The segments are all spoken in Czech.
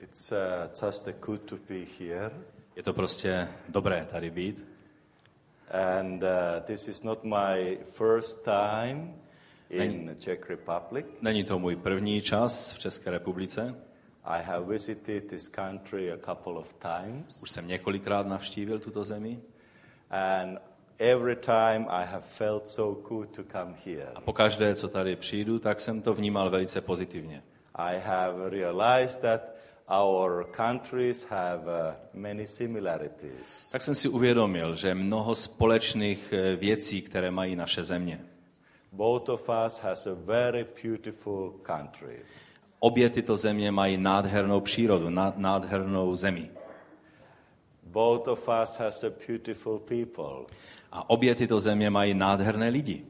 It's just good to be here. Je to prostě dobré tady být. And this is not my first time in Czech Republic. Není to můj první čas v České republice. I have visited this country a couple of times. Už jsem několikrát navštívil tuto zemi. And every time I have felt so good to come here. A pokaždé, co tady přijdu, tak jsem to vnímal velice pozitivně. I have realized that our countries have many similarities. Tak jsem si uvědomil, že mnoho společných věcí, které mají naše země. Both of us has a very beautiful country. Obě tyto země mají nádhernou přírodu, nádhernou zemi. Both of us has a beautiful people. A obě tyto země mají nádherné lidi.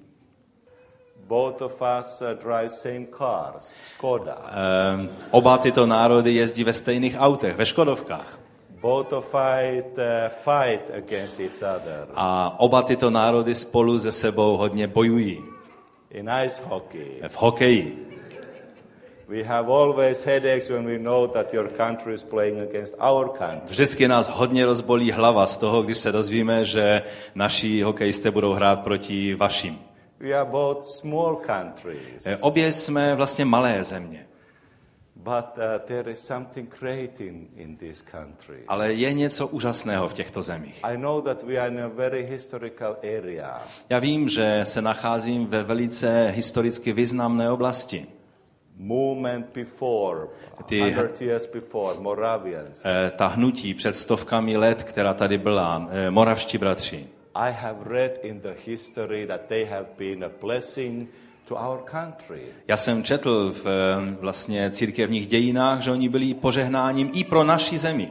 Both of us drive same cars, Skoda. Oba tyto národy jezdí ve stejných autech, ve Škodovkách. Both of fight against each other. A oba tyto národy spolu se sebou hodně bojují. In ice hockey. V hokeji. We have always headaches when we know that your country is playing against our country. Vždycky nás hodně rozbolí hlava z toho, když se dozvíme, že naši hokejisté budou hrát proti vašim. We are both small countries. Obě jsme vlastně malé země. But there is something great in these countries. Ale je něco úžasného v těchto zemích. I know that we are in a very historical area. Já vím, že se nacházím ve velice historicky významné oblasti. Movement before, 100 years before, Moravians. Ta hnutí před stovkami let, která tady byla, moravští bratři. I have read in the history that they have been a blessing to our country. Já jsem četl v vlastně církevních dějinách, že oni byli požehnáním i pro naši zemi.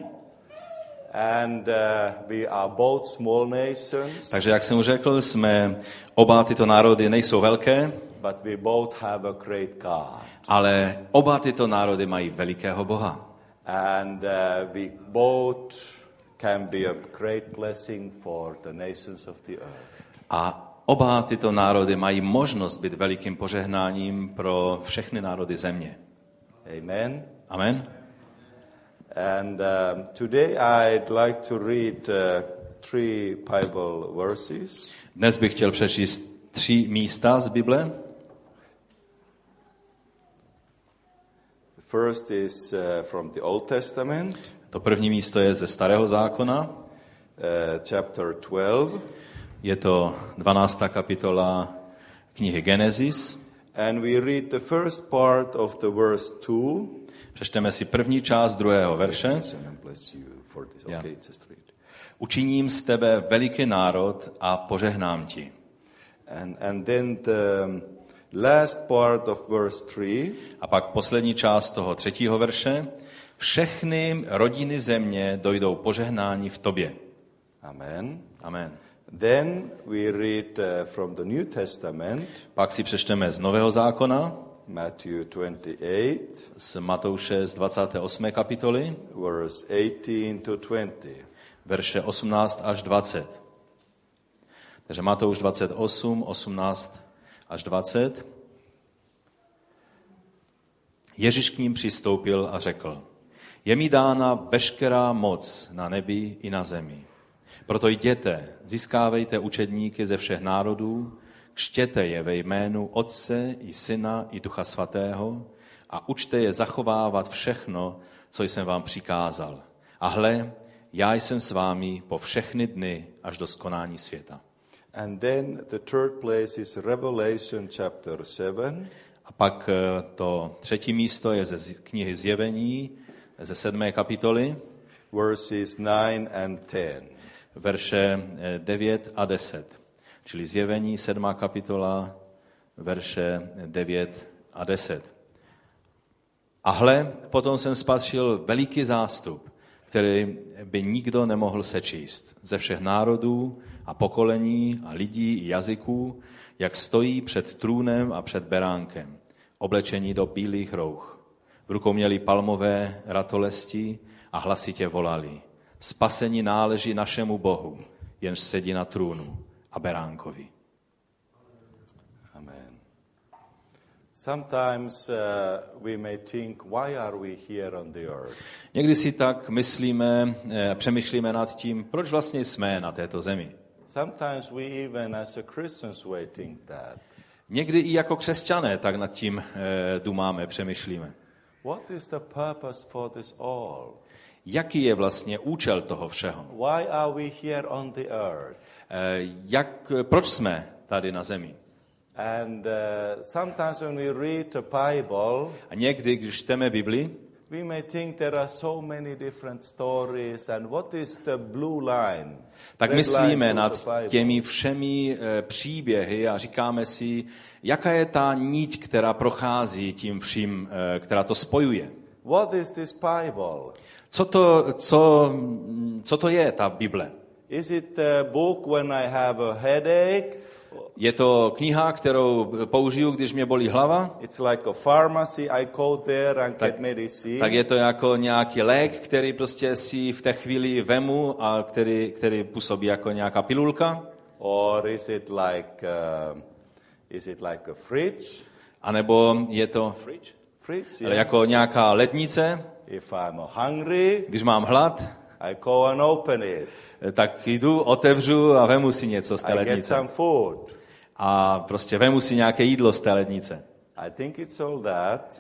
And we are both small nations. Takže jak jsem už řekl, jsme oba tyto národy nejsou velké, but we both have a great God. Ale oba tyto národy mají velikého Boha. And we both can be a great blessing for the nations of the earth. A oba tyto národy mají možnost být velikým požehnáním pro všechny národy země. Amen. Amen. And today I'd like to read 3 Bible verses. Dnes bych chtěl přečíst 3 místa z Bible. First is from the Old Testament. To první místo je ze Starého zákona. Chapter 12. Je to 12. kapitola knihy Genesis. And we read the first part of the verse 2. Přečteme si první část druhého verše. Učiním z tebe veliký národ a požehnám ti. And then the last part of verse 3. A pak poslední část toho 3. verše. Všechny rodiny země dojdou požehnání v tobě. Amen. Amen. Then we read from the New Testament. Pak si přečteme z Nového zákona. Matthew 28. Z Matouše z 28. kapitoly. Verse 18 to 20. Verše 18 až 20. Takže Matouš 28, 18 až 20. Ježíš k ním přistoupil a řekl: Je mi dána veškerá moc na nebi i na zemi. Proto jděte, získávejte učedníky ze všech národů, křtěte je ve jménu Otce i Syna i Ducha Svatého a učte je zachovávat všechno, co jsem vám přikázal. A hle, já jsem s vámi po všechny dny až do skonání světa. And then the third place is Revelation chapter 7. A pak to 3. místo je ze knihy Zjevení, ze 7. kapitoly. Verses 9 and 10. Verše 9 a 10. Čili Zjevení, 7. kapitola, verše 9 a 10. A hle, potom jsem spatřil veliký zástup, který by nikdo nemohl sečíst, ze všech národů a pokolení a lidí i jazyků, jak stojí před trůnem a před beránkem, oblečení do bílých rouch. V rukou měli palmové ratolesti a hlasitě volali: Spasení náleží našemu Bohu, jenž sedí na trůnu, a beránkovi. Amen. Sometimes we may think, why are we here on the earth? Někdy si tak myslíme, přemýšlíme nad tím, proč vlastně jsme na této zemi. Sometimes we even as a Christians we think that. Někdy i jako křesťané tak nad tím dumáme, přemýšlíme. What is the purpose for this all? Jaký je vlastně účel toho všeho? Why are we here on the earth? Proč jsme tady na zemi? And sometimes when we read the Bible, A někdy, když čteme Bibli, we may think there are so many different stories and what is the blue line? tak Red myslíme line nad through the Bible. těmi všemi příběhy a říkáme si, jaká je ta niť, která prochází tím vším, která to spojuje. What is this Bible? Co to je ta Bible? Is it a book when I have a headache? Je to kniha, kterou použiju, když mě bolí hlava? It's like a pharmacy, I go there and get medicine. Tak je to jako nějaký lék, který prostě si v té chvíli vemu a který působí jako nějaká pilulka? Or is it like a fridge? A nebo je to Fridge, ale yeah. jako nějaká lednice? If I'm hungry, Když mám hlad, I go and open it. tak jdu, otevřu a vemu si něco z té I get lednice. some food. A prostě vemu si nějaké jídlo z té lednice. I think it's all that.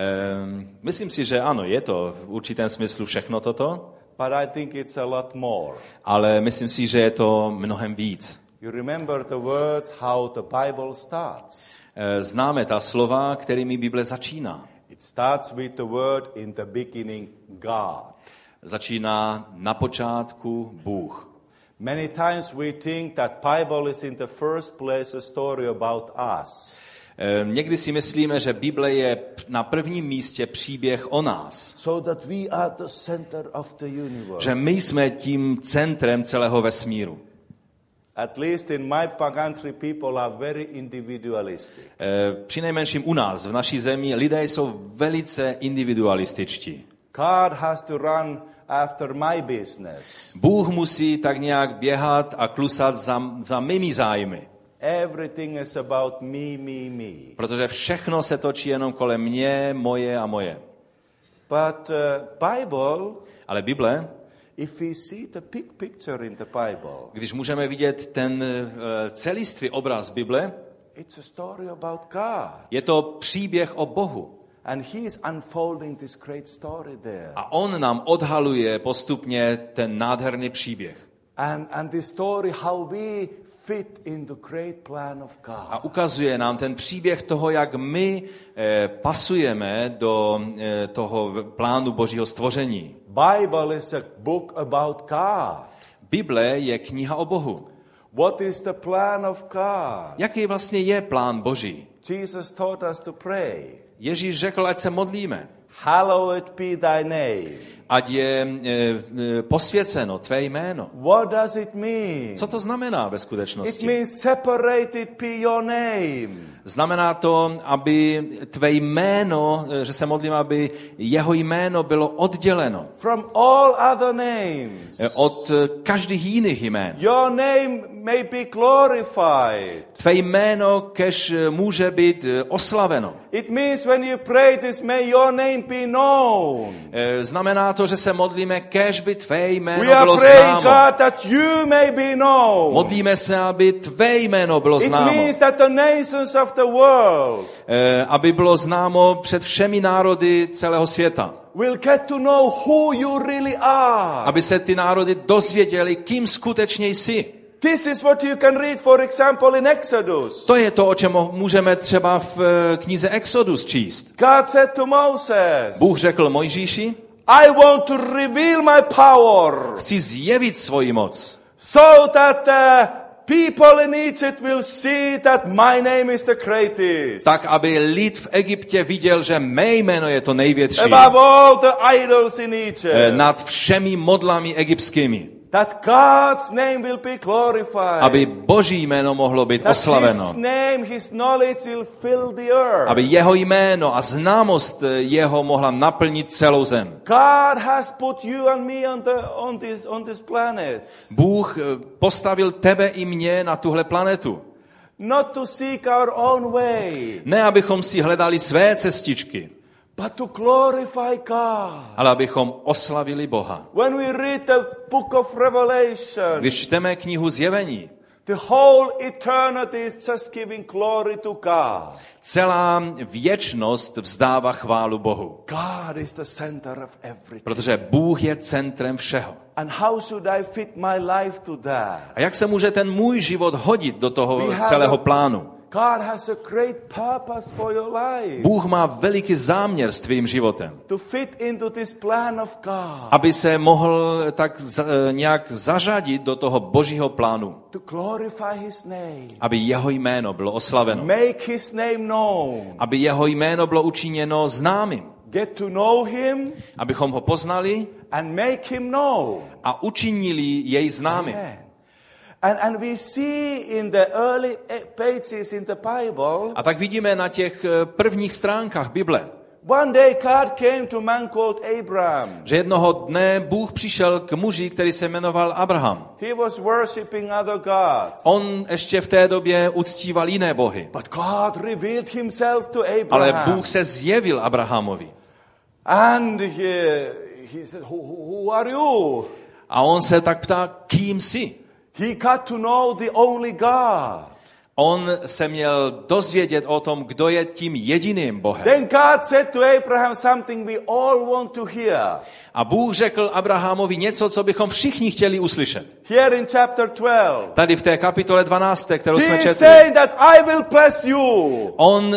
Myslím si, že ano, je to v určitém smyslu všechno toto, But I think it's a lot more. ale myslím si, že je to mnohem víc. You remember the words how the Bible starts. Známe ta slova, kterými Bible začíná. It starts with the word in the beginning, God. Začíná na počátku Bůh. Many times we think that Bible is in the first place a story about us. Někdy si myslíme, že Bible je na prvním místě příběh o nás. So that we are the center of the universe. Že my jsme tím centrem celého vesmíru. At least in my country people are very individualistic. Přinejmenším u nás, v naší zemi, lidé jsou velice individualističtí. God has to run after my business. Bůh musí tak nějak běhat a klusat za mými zájmy. Everything is about me. Protože všechno se točí jenom kolem mě, moje a moje. But Bible, Ale Bible, if we see the big picture in the Bible, když můžeme vidět ten celistvý obraz Bible, it's a story about God. je to příběh o Bohu. And he is unfolding this great story there. A on nám odhaluje postupně ten nádherný příběh. And the story how we fit in the great plan of God. A ukazuje nám ten příběh toho, jak my pasujeme do toho plánu Božího stvoření. Bible is a book about God. Bible je kniha o Bohu. What is the plan of God? Jaký vlastně je plán Boží? Jesus taught us to pray. Ježíš řekl, ať se modlíme. Hallowed be thy name. Ať je posvěceno tvé jméno. What does it mean? Co to znamená ve It skutečnosti? means separated be your name. Znamená to, aby tvé jméno, že se modlím, aby jeho jméno bylo odděleno From all other names. od každých jiných jmén. Your name may be glorified. Tvé jméno kež může být oslaveno. It means when you pray this, may your name be known. Znamená to, že se modlíme, kež by tvé jméno We are bylo praying, známo. God, that you may be known. Modlíme se, aby tvé jméno bylo It známo. means that the nations of the world Aby bylo známo před všemi národy celého světa. will get to know who you really are. Aby se ty národy dozvěděli, kým skutečně jsi. This is what you can read, for example, in Exodus. To je to, o čem můžeme třeba v knize Exodus číst. God said to Moses, Bůh řekl Mojžíši, I want to reveal my power chci zjevit svoji moc, so that the people in Egypt will see that my name is the greatest. tak aby lid v Egyptě viděl, že mé jméno je to největší Above all the idols in Egypt. nad všemi modlami egyptskými. That God's name will be glorified. Aby Boží jméno mohlo být That oslaveno. his name, his knowledge will fill the earth. Aby jeho jméno a známost jeho mohla naplnit celou zem. God has put you and me on this planet. Bůh postavil tebe i mě na tuhle planetu. Not to seek our own way, Ne, abychom si hledali své cestičky, but to glorify God. ale abychom oslavili Boha. When we read the book of Revelation, Když čteme knihu Zjevení, the whole eternity is just giving glory to God. celá věčnost vzdává chválu Bohu. God is the center of everything. Protože Bůh je centrem všeho. And how should I fit my life to that? A jak se může ten můj život hodit do toho We have celého a- plánu? God has a great purpose for your life. Bůh má veliký záměr s tvým životem. To fit into this plan of God. Aby se mohl tak nějak zařadit do toho božího plánu. To glorify His name. Aby jeho jméno bylo oslaveno. Make His name known. Aby jeho jméno bylo učiněno známým. Get to know Him Abychom ho poznali and make Him known. a učinili jej známým. Amen. And we see in the early pages in the Bible, A tak vidíme na těch prvních stránkách Bible, one day God came to a man called Abraham. že jednoho dne Bůh přišel k muži, který se jmenoval Abraham. He was worshiping other gods. On ještě v té době uctíval jiné bohy. But God revealed Himself to Ale Abraham. Bůh se zjevil Abrahamovi. And he said, who are you? A on se tak ptá, kým jsi? He got to know the only God. On se měl dozvědět o tom, kdo je tím jediným Bohem. Then God said to Abraham something we all want to hear. A Bůh řekl Abrahamovi něco, co bychom všichni chtěli uslyšet. Here in chapter 12. Tady v té kapitole 12, kterou jsme He is četli. saying that I will bless you.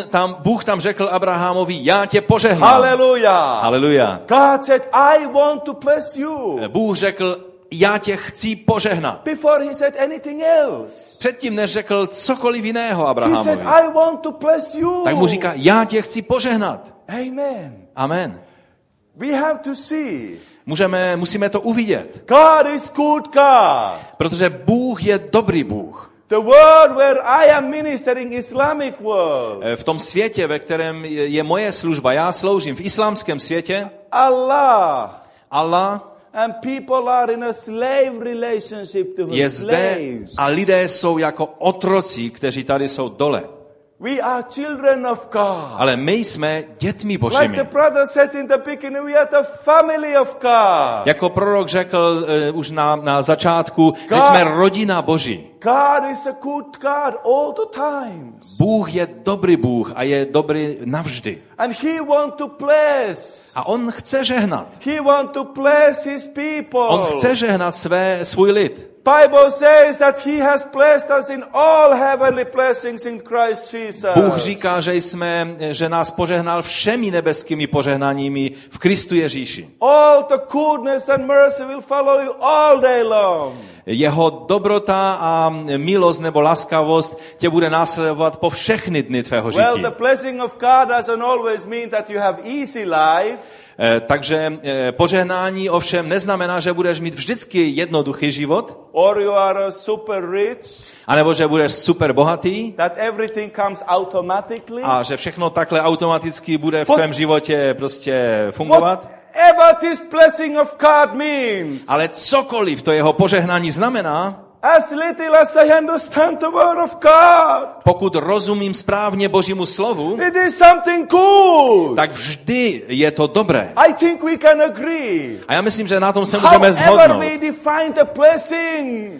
Bůh tam řekl Abrahamovi, já tě požehnám. Hallelujah. Haleluja. God said, I want to bless you. Bůh řekl, já tě chci požehnat. Before he said anything else. Předtím neřekl cokoliv jiného He said, Abrahamovi. I want to bless you. Tak mu říká, já tě chci požehnat. Amen. Amen. We have to see. Musíme to uvidět. God is good God. Protože Bůh je dobrý Bůh. The world where I am ministering, Islamic world. V tom světě, ve kterém je moje služba, já sloužím v islámském světě, Allah Allah and people are in a slave relationship to je him. zde Slaves. a lidé jsou jako otroci, kteří tady jsou dole. We are children of God. Ale my jsme dětmi Like božími. the brother said in the beginning, we are the family of God. Jako prorok řekl už na začátku, že God- jsme rodina Boží. God is a good God all the times. Bůh je dobrý Bůh a je dobrý navždy. And he want to bless. A on chce žehnat. He want to bless his people. On chce žehnat svůj lid. Bible says that he has blessed us in all heavenly blessings in Christ Jesus. Bůh říká, že nás požehnal všemi nebeskými požehnáními v Kristu Ježíši. All the goodness and mercy will follow you all day long. Jeho dobrota a milost nebo laskavost tě bude následovat po všechny dny tvého Well, žití. the blessing of God doesn't always mean that you have easy life. Takže požehnání ovšem neznamená, že budeš mít vždycky jednoduchý život, Or you are super rich, anebo že budeš super bohatý that everything comes automatically. a že všechno takhle automaticky bude v tvém životě prostě fungovat. Whatever this blessing of God means, Ale cokoliv to jeho požehnání znamená, as little as I understand the word of God, pokud rozumím správně Božímu slovu, it is something good. tak vždy je to dobré. I think we can agree. A já myslím, že na tom se můžeme However shodnout. we define the blessing,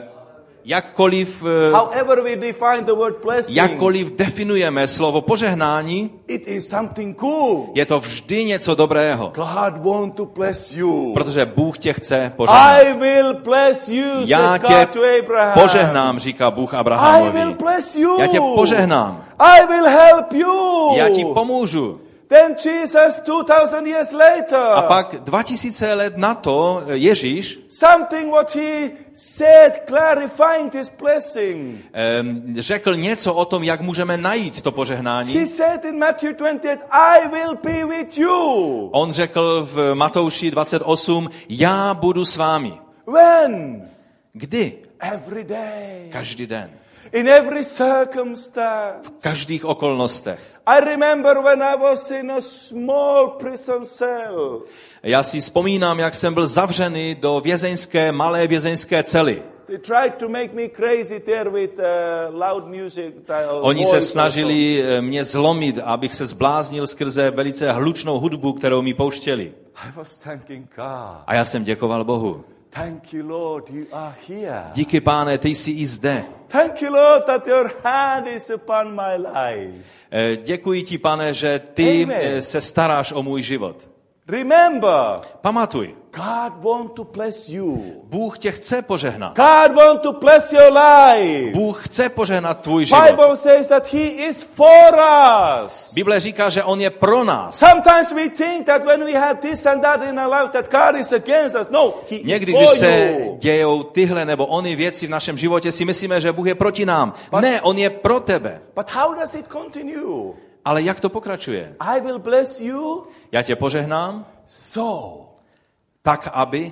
however we define the word blessing, Jakkoliv definujeme slovo požehnání, it is something good. je to vždy něco dobrého. God want to bless you. Protože Bůh tě chce požehnat. I will bless you, Já said tě God to Abraham. požehnám, říká Bůh I will Abrahamovi. bless you. Já tě požehnám. I will help you. Já ti pomůžu. Then Jesus 2000 years later. A pak 2000 let na to Ježíš Something what he said clarifying this blessing. řekl něco o tom, jak můžeme najít to požehnání. He said in Matthew 28, I will be with you. On řekl v Matouši 28, já budu s vámi. When? Kdy? Every day. Každý den. In every circumstance. V každých okolnostech. I remember when I was in a small prison cell. Já si vzpomínám, jak jsem byl zavřený do malé vězeňské cely. They tried to make me crazy there with loud music. Oni se snažili mě zlomit, abych se zbláznil skrze velice hlučnou hudbu, kterou mi pouštěli. I was thanking God. A já jsem děkoval Bohu. Thank you, Lord, you are here. Díky, Páne, ty jsi i zde. Thank you, Lord, that your hand is upon my life. Děkuji ti, Pane, že ty Amen. se staráš o můj život. Remember, Pamatuj, God wants to bless you. Bůh tě chce požehnat. God wants to bless your life. Bůh chce požehnat tvůj život. Bible says that he is for us. Bible říká, že on je pro nás. Sometimes we think that when we have this and that in our life that God is against us. No, he Někdy, is když for se you. dějou tyhle nebo ony věci v našem životě, si myslíme, že Bůh je proti nám. Ne, on je pro tebe. But how does it continue? Ale jak to pokračuje? I will bless you Já tě požehnám tak,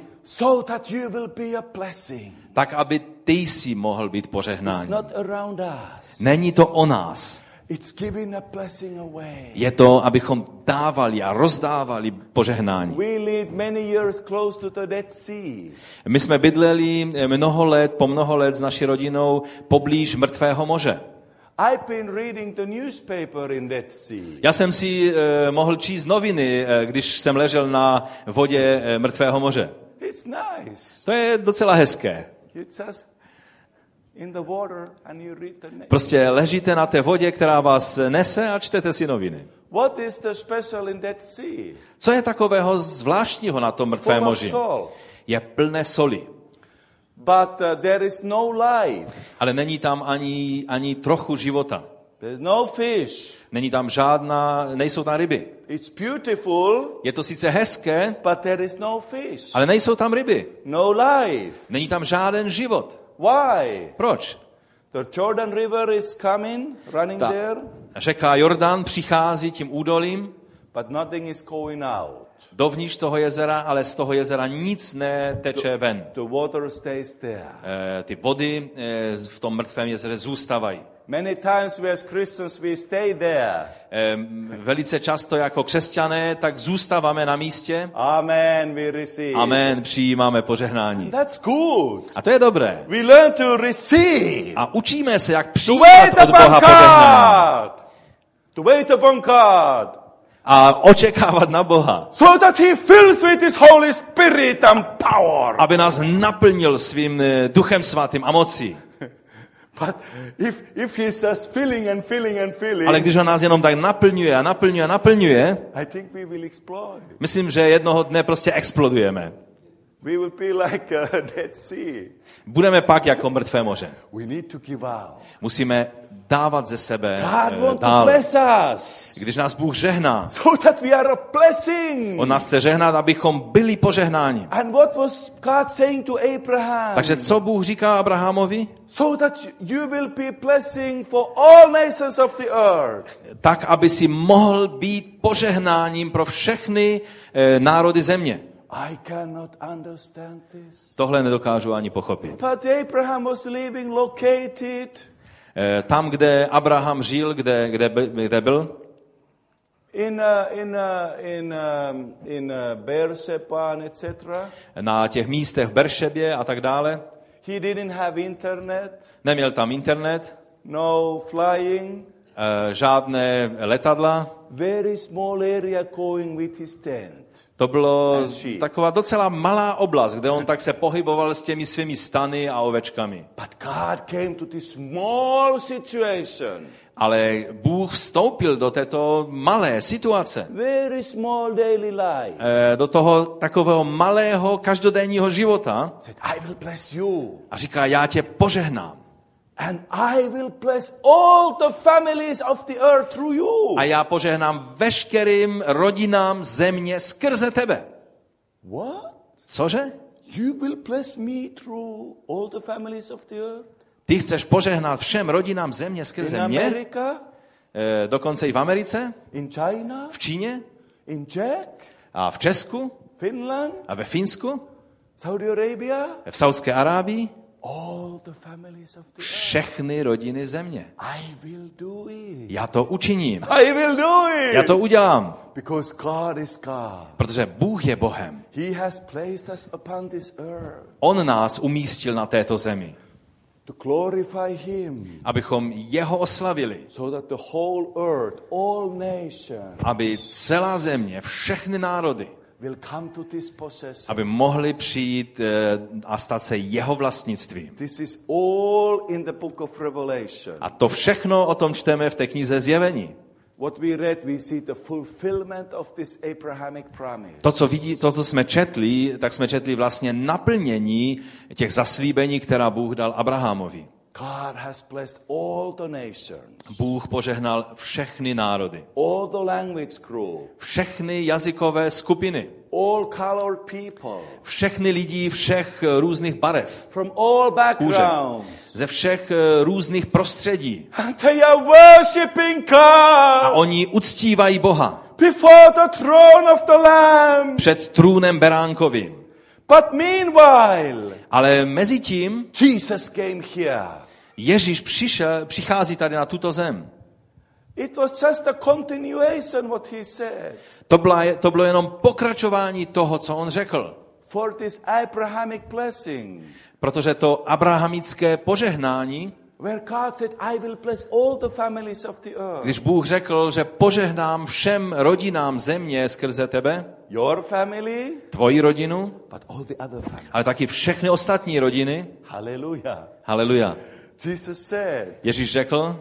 that you will be a blessing. ty jsi mohl být It's požehnání. not around us. Není to o nás. It's giving a blessing away. Je to, abychom dávali a rozdávali požehnání. We lived many years close to the Dead Sea. My jsme bydleli po mnoho let s naší rodinou poblíž Mrtvého moře. I've been reading the newspaper in Dead Sea. Já jsem si mohl číst noviny, když jsem ležel na vodě Mrtvého moře. It's nice. To je docela hezké. You just in the water and you read the news. Prostě ležíte na té vodě, která vás nese a čtete si noviny. What is the special in Dead Sea? Co je takového zvláštního na tom Mrtvém Full of moři? salt. Je plné soli. But there is no life. Ale není tam ani trochu života. There's no fish. Nejsou tam ryby. It's beautiful, Je to sice hezké, but there is no fish. ale nejsou tam ryby. No life. Není tam žádný život. Why? Proč? The Jordan River is coming, running Ta there, řeka Jordan přichází tím údolím but nothing is going out. dovnitř toho jezera, ale z toho jezera nic neteče ven. The water stays there. Ty vody v tom Mrtvém jezeře zůstávají. Many times we as Christians we stay there. Velice často jako křesťané tak zůstáváme na místě. Amen, we receive. Amen, přijímáme požehnání. That's good. A to je dobré. We learn to receive. A učíme se, jak To přijímat wait od upon Boha požehnání. God. To wait upon God. A očekávat na Boha. So that he fills with his Holy Spirit and power. Aby nás naplnil svým duchem svatým a mocí. But if he's just filling and filling and filling, Ale když on nás jenom tak naplňuje, I think we will explode. myslím, že jednoho dne prostě explodujeme. We will be like a Dead Sea. Budeme pak jako Mrtvé moře. We need to give out. Musíme dávat ze sebe God wants to dál. bless us. Když nás Bůh žehná, So that we are a blessing. on nás chce žehnat, abychom byli požehnáni. And what was God saying to Abraham? Takže co Bůh říká Abrahamovi? So that you will be blessing for all nations of the earth. Tak, aby si mohl být požehnáním pro všechny národy země. I cannot understand this. Tohle nedokážu ani pochopit. But Abraham was living located Tam, kde Abraham žil, kde byl? In Beersheba, etc. Na těch místech v Beršebě a tak dále. He didn't have internet, Neměl tam internet, no flying. žádné letadla. Very small area going with his tent. To bylo Další. taková docela malá oblast, kde on tak se pohyboval s těmi svými stany a ovečkami. But God came to this small situation. Ale Bůh vstoupil do této malé situace. Very small daily life. Do toho takového malého každodenního života Said, I will bless you. a říká, já tě požehnám. And I will bless all the families of the earth through you. A já požehnám veškerým rodinám země skrze tebe. What? Cože? You will bless me through all the families of the earth? Ty chceš požehnat všem rodinám země skrze In mě? America? Dokonce i v Americe? In China? V Číně? In Czech? A v Česku? Finland? A ve Finsku? Saudi Arabia? V Saudské Arábii? all the families of the earth. Všechny rodiny země. I will do it. Já to učiním. I will do it. Já to udělám. Because God is God. Protože Bůh je Bohem. He has placed us upon this earth On nás umístil na této zemi, to glorify him. abychom jeho oslavili. So that the whole earth, all nations Aby celá země, všechny národy, will come to this possession. aby mohli přijít a stát se jeho vlastnictvím. This is all in the book of Revelation. A to všechno o tom čteme v té knize Zjevení. What we read, we see the fulfillment of this Abrahamic promise. To, co jsme četli, tak jsme četli vlastně naplnění těch zaslíbení, která Bůh dal Abrahamovi. God has blessed all the nations, Bůh požehnal všechny národy, all the language groups, všechny jazykové skupiny, all colored people, všechny lidi všech různých barev, from all backgrounds. ze všech různých prostředí. And they are worshiping A God oni uctívají Boha before the throne of the Lamb. před trůnem beránkovým. But meanwhile, Ale mezi tím Jesus came here. Ježíš přichází tady na tuto zem. It was just a continuation what he said. To bylo jenom pokračování toho, co on řekl. For this Abrahamic blessing, Protože to abrahamické požehnání, where God said, I will bless all the families of the earth. když Bůh řekl, že požehnám všem rodinám země skrze tebe, Your family, tvoji rodinu, but all the other families. ale taky všechny ostatní rodiny. Hallelujah. Haleluja. Jesus said, Ježíš řekl,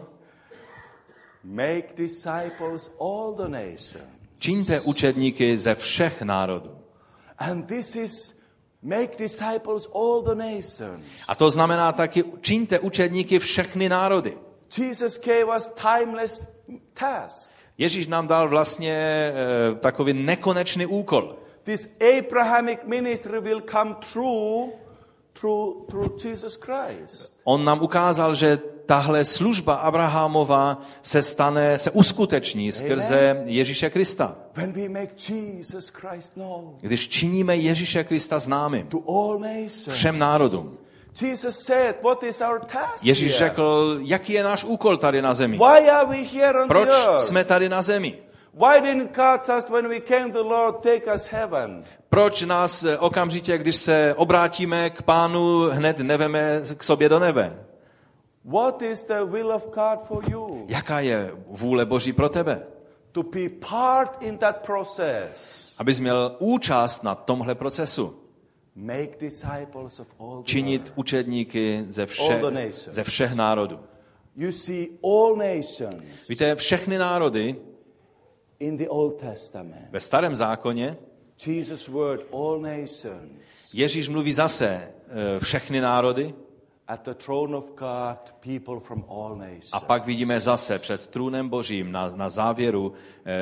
make disciples all the nations. čiňte učedníky ze všech národů. And this is make disciples all the nations. A to znamená taky, čiňte učedníky všechny národy. Jesus gave us timeless task. Ježíš nám dal vlastně takový nekonečný úkol. This Abrahamic ministry will come through Jesus Christ. On nám ukázal, že tahle služba Abrahamova se uskuteční skrze Ježíše Krista. When we make Jesus Christ known Když činíme Ježíše Krista známým to all nations. všem národům. Jesus said, what is our task Ježíš here? řekl, jaký je náš úkol tady na zemi. Why are we here on Proč the earth? jsme tady na zemi? Why didn't God just, when we came to the Lord, take us heaven? Proč nás okamžitě, když se obrátíme k Pánu, hned neveme k sobě do nebe? What is the will of God for you? Jaká je vůle Boží pro tebe? To be part in that process. Abys měl účast na tomhle procesu. Make disciples of all the Činit earth. učedníky ze všech národů. You see, all nations Víte, všechny národy in the Old Testament. ve Starém zákoně, Jesus' word, all nations. Ježíš mluví zase všechny národy At the throne of God, people from all nations. a pak vidíme zase před trůnem Božím na závěru,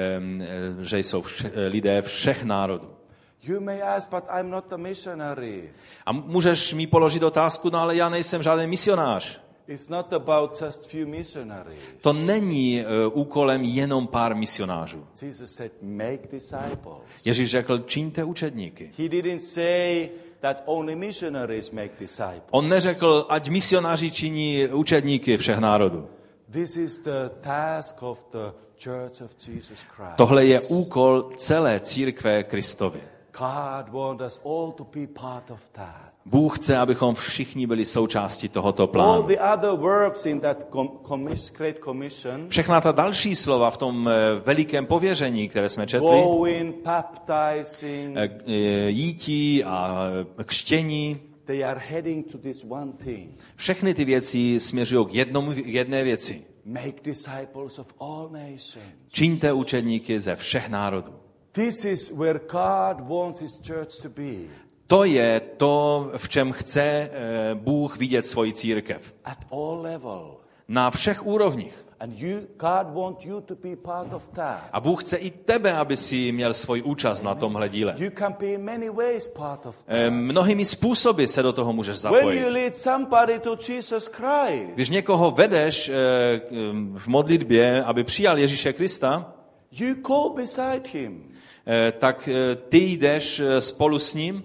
že jsou lidé všech národů. You may ask, but I'm not a missionary. A můžeš mi položit otázku, no ale já nejsem žádný misionář. It's not about just few missionaries. To není úkolem jenom pár misionářů. Jesus said, make disciples. Ježíš řekl, čiňte učedníky. He didn't say that only missionaries make disciples. On neřekl, ať misionáři činí učedníky všech národů. This is the task of the Church of Jesus Christ. Tohle je úkol celé církve Kristovy. God wants us all to be part of that. Bůh chce, abychom všichni byli součástí tohoto All plánu. the other verbs in that Great Commission, Všechna ta další slova v tom velikém pověření, které jsme četli, going, baptizing, jítí a křtění, they are heading to this one thing. všechny ty věci směřují k jedné věci. Make disciples of all nations. Čiňte učedníky ze všech národů. This is where God wants his church to be. To je to, v čem chce Bůh vidět svoji církev. At all level. Na všech úrovních. And God wants you to be part of that. A Bůh chce i tebe, aby si měl svoji účast na tomhle díle. You can be in many ways part of that. Mnohými způsoby se do toho můžeš When you zapojit. lead somebody to Jesus Christ, Když někoho vedeš v modlitbě, aby přijal Ježíše Krista, you go beside him. tak ty jdeš spolu s ním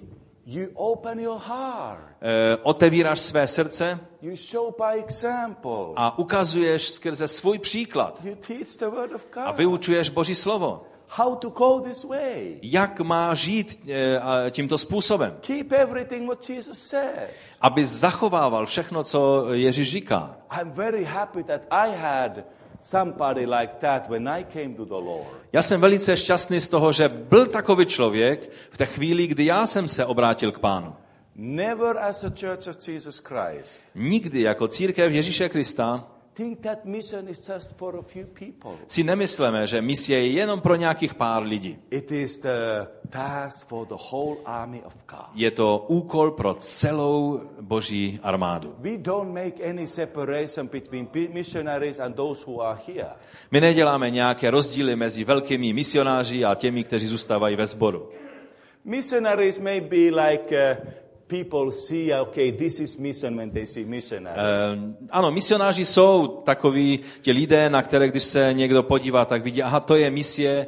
You open your heart. Otevíráš své srdce You show by example. a ukazuješ skrze svůj příklad You teach the word of a God. vyučuješ Boží slovo. How to go this way. Jak má žít tímto způsobem. Keep everything what Jesus said. Aby zachovával všechno, co Ježíš říká. I'm very happy that I had somebody like that when I came to the Lord. Já jsem velice šťastný z toho, že byl takový člověk v té chvíli, kdy já jsem se obrátil k Pánu. Never as a church of Jesus Christ. Nikdy jako církev Ježíše Krista Think that mission is just for a few people. si nemyslíme, že misie je jenom pro nějakých pár lidí. It is the task for the whole army of God. Je to úkol pro celou Boží armádu. We don't make any separation between missionaries and those who are here. My neděláme nějaké rozdíly mezi velkými misionáři a těmi, kteří zůstávají ve sboru. Missionaries may be like people see, okay, this is mission when they see missionary. Ano, misionáři jsou takoví ti lidé, na které když se někdo podívá, tak vidí, aha, to je misie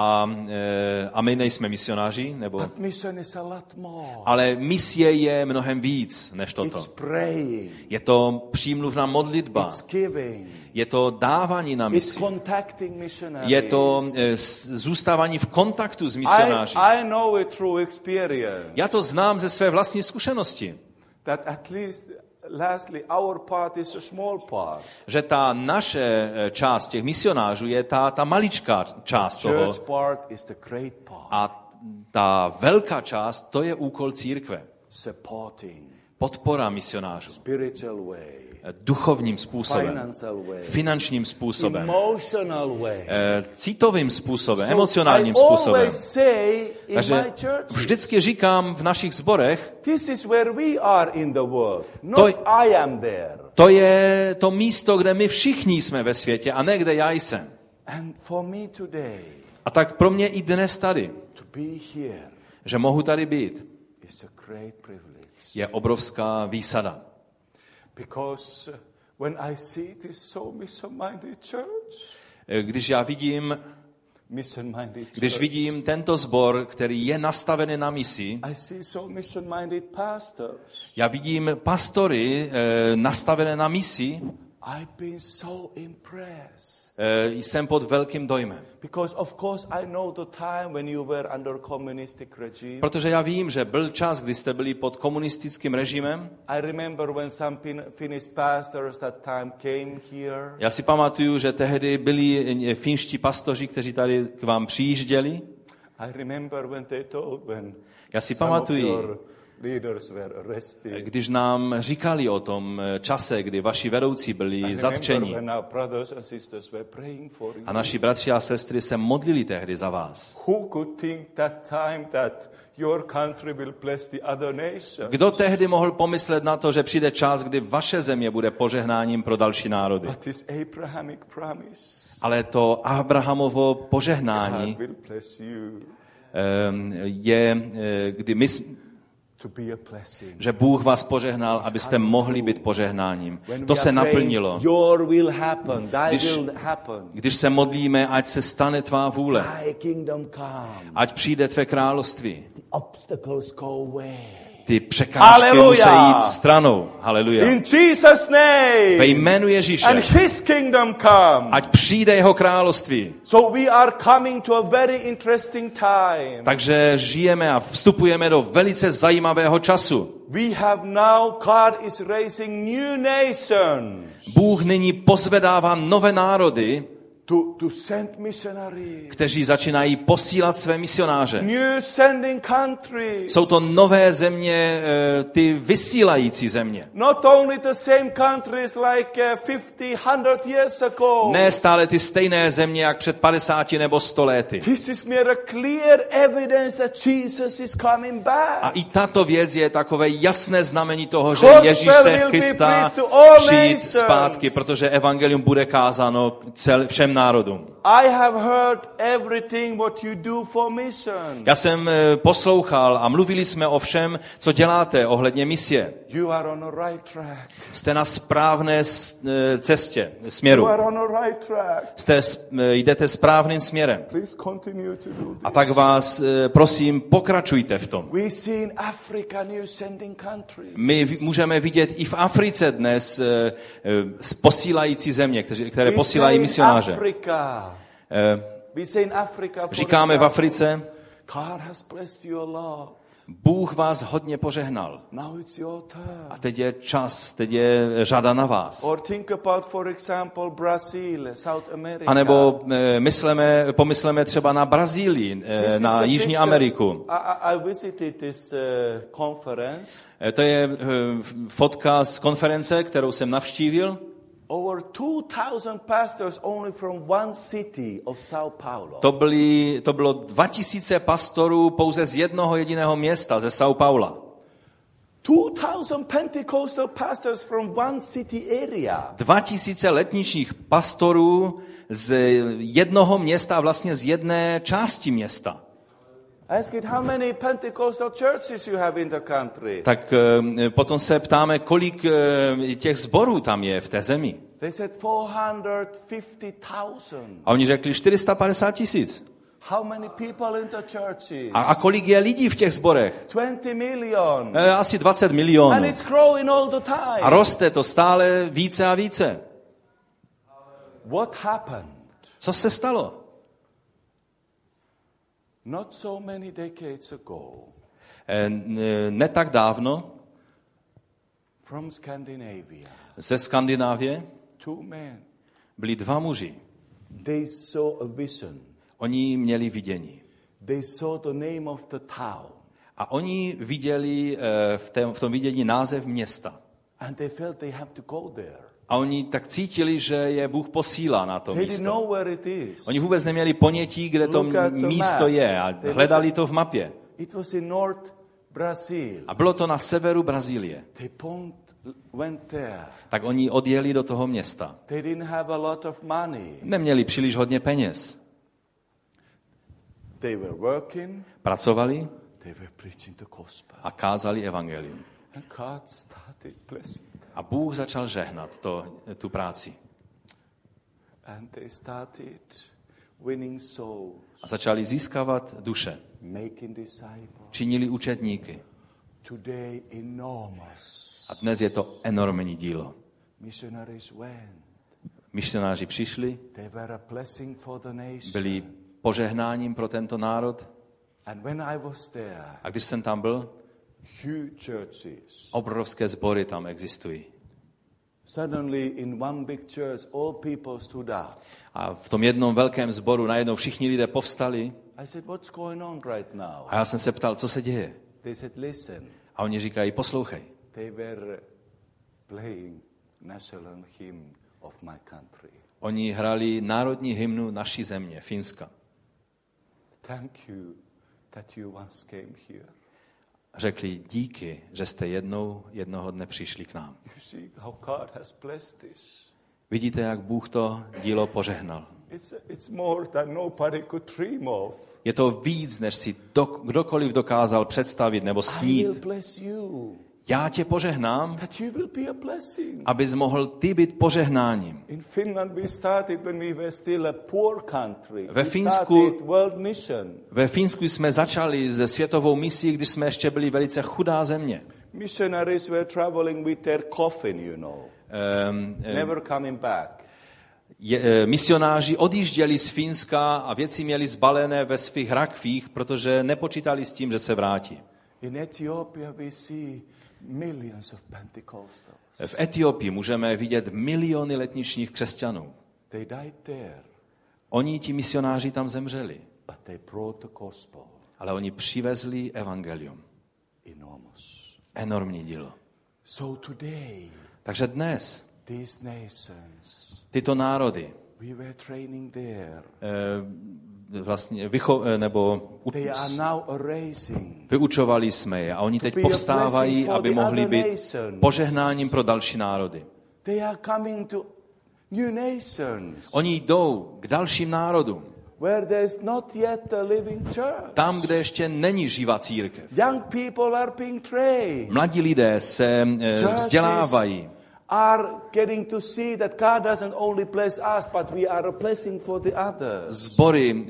a my nejsme misionáři, nebo... But mission is a lot more. Ale misie je mnohem víc než toto. It's praying. Je to přímluvná modlitba. It's giving. Je to dávání na It's misi. contacting missionaries. Je to zůstávání v kontaktu s misionáři. I know it through experience. Já to znám ze své vlastní zkušenosti. That at least, lastly, our part is a small part. Že ta naše část těch misionářů je ta maličká část toho. Church part is the great part. A ta velká část, to je úkol církve. Supporting. Podpora misionářů. Spiritual way. Duchovním způsobem. Financial way. Finančním způsobem. Emotional way. Citovým způsobem, emocionálním způsobem. Takže vždycky říkám v našich sborech, this is where we are in the world. Not I am there. To je to místo, kde my všichni jsme ve světě a ne kde já jsem. And for me today, a tak pro mě i dnes tady, to be here, že mohu tady být, is a great privilege. Je obrovská výsada. Because when I see this so mission-minded church, když vidím tento sbor, který je nastavený na misi, I see so mission-minded pastors. Já vidím pastory nastavené na misi. I've been so impressed. Jsem pod velkým dojmem. Because of course I know the time when you were under communistic regime. Protože já vím, že byl čas, kdy jste byli pod komunistickým režimem. I remember when some Finnish pastors that time came here. Já si pamatuju, že tehdy byli finští pastoři, kteří tady k vám přijížděli. I remember when they told Já si pamatuju, leaders were arrested. Když nám říkali o tom čase, kdy vaši vedoucí byli zatčeni. A naši bratři a sestry se modlili tehdy za vás. Kdo tehdy mohl pomyslet na to, že přijde čas, kdy vaše země bude požehnáním pro další národy? Ale to Abrahamovo požehnání je, kdy my že Bůh vás požehnal, abyste mohli být požehnáním. To se naplnilo. Když se modlíme, ať se stane tvá vůle. Ať přijde tvé království. Ty překážky musí jít stranou. Haleluja. In Jesus' name. Ve jménu Ježíše. And his kingdom come. Ať přijde jeho království. So we are coming to a very interesting time. Takže žijeme a vstupujeme do velice zajímavého času. We have now, God is raising new nations. Bůh nyní pozvedává nové národy, to send missionaries. Kteří začínají posílat své misionáře. New sending countries. Jsou to nové země, ty vysílající země. Not only the same countries like 50, 100 years ago. Ne stále ty stejné země, jak před 50 nebo 100 lety. This is mere clear evidence that Jesus is coming back. A i tato věc je takové jasné znamení toho, že Ježíš se chystá přijít zpátky, protože evangelium bude kázáno všem národům. I have heard everything what you do for mission. Já jsem poslouchal a mluvili jsme o všem, co děláte ohledně misie. You are on a right track. Jste na správné cestě, směru. You are on a right track. Jdete správným směrem. Please continue to do this. A tak vás prosím, pokračujte v tom. We see in Africa new sending countries. My můžeme vidět i v Africe dnes posílající země, které posílají misionáře. Říkáme v Africe, God has blessed you a lot. Bůh vás hodně požehnal. Now it's your turn. A teď je čas, teď je řada na vás. Or think about, for example, Brazil, South America. A nebo pomysleme třeba na Brazílii, na Jižní Ameriku. I visited this conference. To je fotka z konference, kterou jsem navštívil. Over 2,000 pastors only from one city of São Paulo. To bylo 2000 pastorů pouze z jednoho jediného města, ze São Paula. 2,000 Pentecostal pastors from one city area. 2000 letničních pastorů z jednoho města a vlastně z jedné části města. Ask it, how many Pentecostal churches you have in the country? Tak potom se ptáme, kolik těch sborů tam je v té zemi. They said 450,000. A oni řekli 450 000. How many people in the churches? A kolik je lidí v těch sborech? 20 million. Asi 20 milionů. And it's growing all the time. A roste to stále více a více. What happened? Co se stalo? Not so many decades ago. Ne tak dávno From Scandinavia. ze Skandinávie Two men. byli dva muži. They saw a vision. Oni měli vidění. They saw the name of the town. A oni viděli v tom vidění název města. And they felt they have to go there. A oni tak cítili, že je Bůh posílá na to They didn't místo. know where it is. Oni vůbec neměli ponětí, kde to Look at the místo map. je a hledali to v mapě. It was in North Brazil. A bylo to na severu Brazílie. They went there. Tak oni odjeli do toho města. They didn't have a lot of money. Neměli příliš hodně peněz. They were working. Pracovali They were preaching the gospel. a kázali evangelium. And God started blessing them. A Bůh začal žehnat tu práci. And they started winning souls, A začali získávat duše. making disciples. Činili učedníky. Today enormous. A dnes je to enormní dílo. Missionaries went. Misionáři přišli, They were a blessing for the nation. byli požehnáním pro tento národ. And when I was there, A když jsem tam byl, huge churches. obrovské sbory tam existují. Suddenly in one big church, all people stood up. A v tom jednom velkém sboru najednou všichni lidé povstali. I said, what's going on right now? A já jsem se ptal, co se děje. They said, listen. A oni říkají, poslouchej. They were playing national hymn of my country. Oni hrali národní hymnu naší země, Finska. Thank you that you once came here. Řekli, díky, že jste jednoho dne přišli k nám. You see how God has blessed this. Vidíte, jak Bůh to dílo požehnal. It's more than nobody could dream of. Je to víc, než si kdokoliv dokázal představit nebo I will snít. bless you. Já tě požehnám, That you will be a blessing. abys mohl ty být požehnáním. In Finland we started when we were still a poor country. Ve We Finsku- started world mission. Ve Finsku jsme začali se světovou misí, když jsme ještě byli velice chudá země. Missionaries were traveling with their coffin, you know. Never coming back. Misionáři odjížděli z Finska a věci měli zbalené ve svých rakvích, protože nepočítali s tím, že se vrátí. In Ethiopia we see millions of Pentecostals. V Etiopii můžeme vidět miliony letničních křesťanů. They died there, Oni, ti misionáři, tam zemřeli, but they brought the gospel. ale oni přivezli evangelium. Enormous. Enormní dílo. So today, Takže dnes these nations, tyto národy we were training there. vlastně They are now arising. vyučovali jsme je a oni teď be a povstávají, blessing for aby the mohli other být nations. požehnáním pro další národy. They are coming to new nations, Oni jdou k dalším národům. where there is not yet a living church. Tam, kde ještě není živá církev. Young people are being trained. Mladí lidé se vzdělávají. Are getting to see that God doesn't only bless us, but we are a blessing for the others. Sbory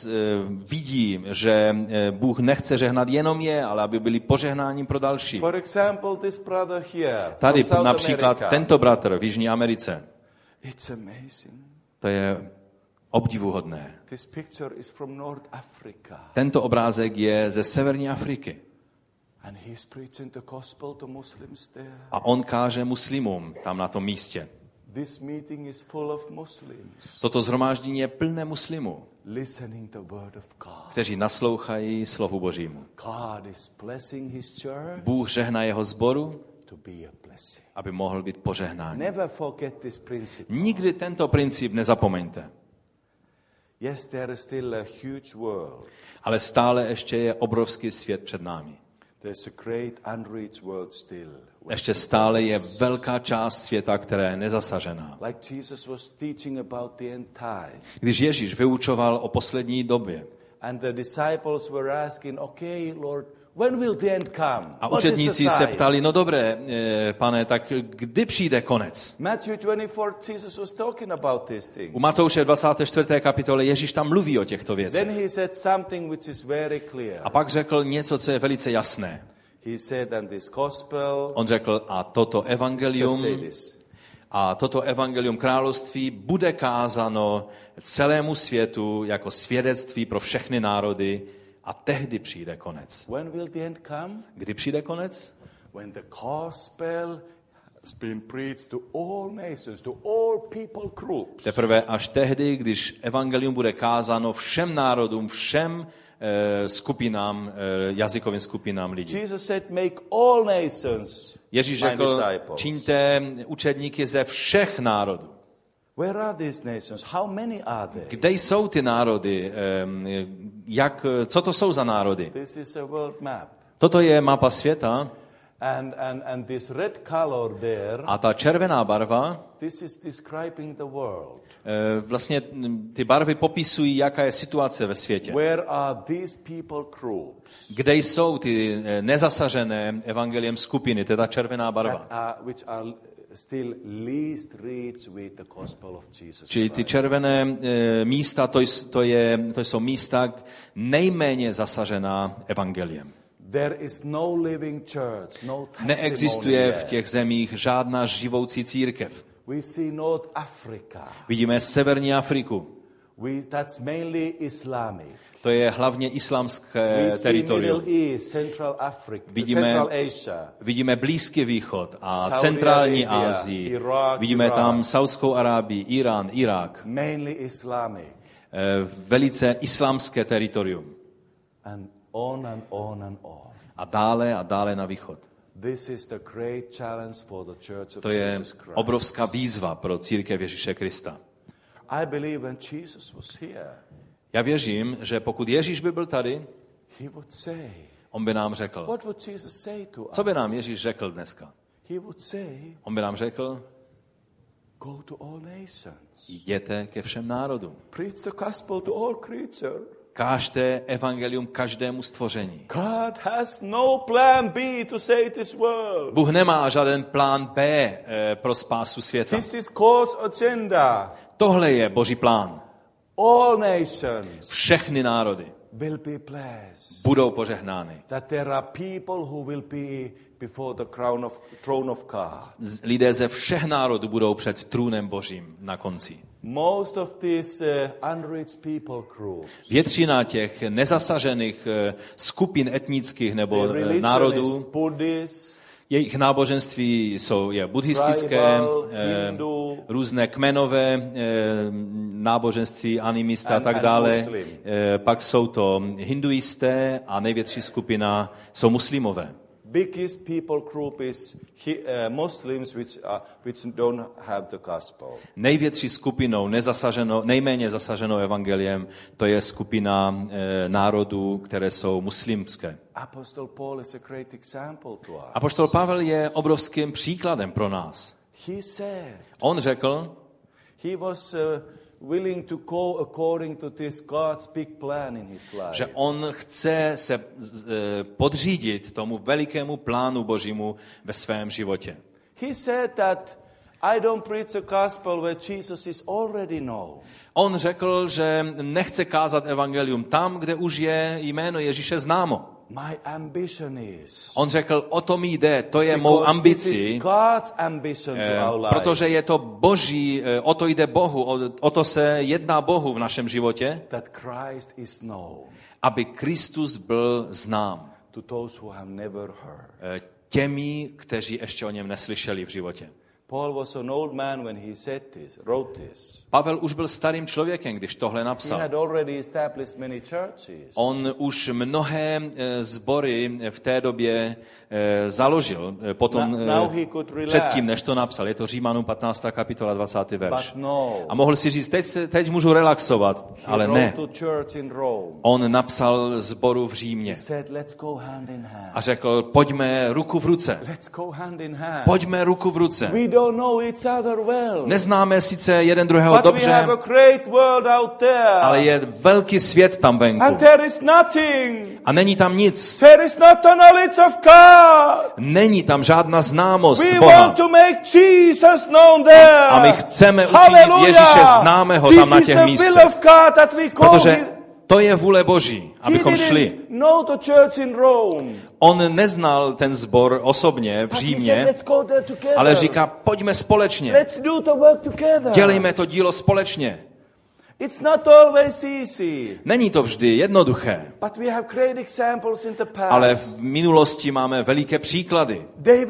vidí, že Bůh nechce žehnat jenom je, ale aby byli požehnáním pro další. For example, this brother here, Tady from South například America. tento bratr v Jižní Americe. It's amazing. To je obdivuhodné. This picture is from North Africa. Tento obrázek je ze severní Afriky. And he's preaching the gospel to Muslims there. A on káže muslimům tam na tom místě. This meeting is full of Muslims Toto shromáždění je plné muslimů, listening the word of God. kteří naslouchají slovu Božímu. God is blessing his church Bůh žehná jeho sboru, to be a blessing. aby mohl být požehnán. Never forget this principle. Nikdy tento princip nezapomeňte. Yes, there is still a huge world. Ale stále ještě je obrovský svět před námi. There's a great unreached world still. Ještě stále je velká část světa, která je nezasažená. Like Jesus was teaching about the end time. Když Ježíš vyučoval o poslední době And the disciples were asking, okay, Lord, when will the end come? a What is the učedníci se sign? ptali, no dobré, pane, tak kdy přijde konec? Matthew 24, Jesus was talking about these things. U Matouše 24. kapitole Ježíš tam mluví o těchto věcech. Then he said something which is very clear. A pak řekl něco, co je velice jasné. He said, and this gospel, On řekl, a toto just evangelium, say this. a toto evangelium království bude kázáno celému světu jako svědectví pro všechny národy a tehdy přijde konec. When will the end come? Kdy přijde konec? When the gospel has been preached to all nations, to all people groups. Teprve až tehdy, když evangelium bude kázáno všem národům, všem skupinám, jazykovým skupinám lidí. Jesus said, make all nations Ježíš my řekl, disciples. čiňte učedníky ze všech národů. Where are these nations? How many are they? Kde jsou ty národy? Co to jsou za národy? This is a world map. Toto je mapa světa And this red color there, a ta červená barva, this is describing the world. vlastně ty barvy popisují, jaká je situace ve světě. Where are these people groups? Kde jsou ty nezasažené evangeliem skupiny, to je ta červená barva. Which are still least reached with the gospel of Jesus Čili ty Christ. červené místa, to jsou místa nejméně zasažená evangeliem. There is no living church, no testimony Neexistuje v there. těch zemích žádná živoucí církev. We see North Africa. Vidíme severní Afriku. That's mainly Islamic. To je hlavně islámské We see teritorium. Middle East, Central Africa, Central Asia. Vidíme Blízký východ a Saudi centrální Arabia, Asii. Iraq, Vidíme Irán. tam Saudskou Arábii, Irán, Irák. Mainly Islamic. Velice islámské teritorium. And on and on and on. A dále na východ. This is the great challenge for the Church of To je Jesus Christ. obrovská výzva pro církev Ježíše Krista. I believe when Jesus was here, Já věřím, že pokud Ježíš by byl tady, he would say, on by nám řekl. what would Jesus say to us? Co by nám Ježíš řekl dneska? He would say, On by nám řekl, go to all nations. jděte ke všem národům. Preach the gospel to all creatures. Kážte evangelium každému stvoření. God has no plan B to save this world. Bůh nemá žádný plán B pro spásu světa. This is God's agenda. Tohle je Boží plán. All nations Všechny národy will be blessed. budou požehnány. That there are people who will be before the throne of God. Lidé ze všech národů budou před trůnem Božím na konci. Most of these unreached people groups, Většina těch nezasažených skupin etnických nebo their religion národů, is Buddhist, jejich náboženství je buddhistické, tribal, Hindu, různé kmenové náboženství, animista a tak and dále. Muslim. Pak jsou to hinduisté a největší skupina jsou muslimové. biggest people group is Muslims which don't have the gospel. Největší skupinou nejméně zasaženou evangeliem, to je skupina národů, které jsou muslimské. Apostle Paul is a great example to us. Apoštol Pavel je obrovským příkladem pro nás. He said, On řekl, He was willing to go according to this God's big plan in his life. Že on chce se podřídit tomu velikému plánu Božímu ve svém životě. He said that I don't preach a gospel where Jesus is already known. On řekl, že nechce kázat evangelium tam, kde už je jméno Ježíše známo. My ambition is. On řekl, o to mi jde, to je mou ambicí, protože je to Boží, o to jde Bohu, o to se jedná Bohu v našem životě, that Christ is known aby Kristus byl znám to those who have never heard. Těmi, kteří ještě o něm neslyšeli v životě. Paul was an old man when he wrote this. Pavel už byl starým člověkem, když tohle napsal. He had already established many churches. On už mnohé sbory v té době založil, potom předtím, než to napsal. Je to Římanům 15. kapitola 20. verš. A mohl si říct, teď můžu relaxovat, ale ne. On napsal sboru v Římě a řekl, pojďme ruku v ruce. Pojďme ruku v ruce. Neznáme sice jeden druhého dobře, ale je velký svět tam venku. A není tam nic. Není tam žádná známost Boha. A my chceme učinit Ježíše známého tam na těch místech. Protože to je vůle Boží, abychom šli. On neznal ten sbor osobně v Římě, ale říká, pojďme společně. Dělejme to dílo společně. It's not always easy. Není to vždy jednoduché, but we have great examples in the past. Ale v minulosti máme veliké příklady.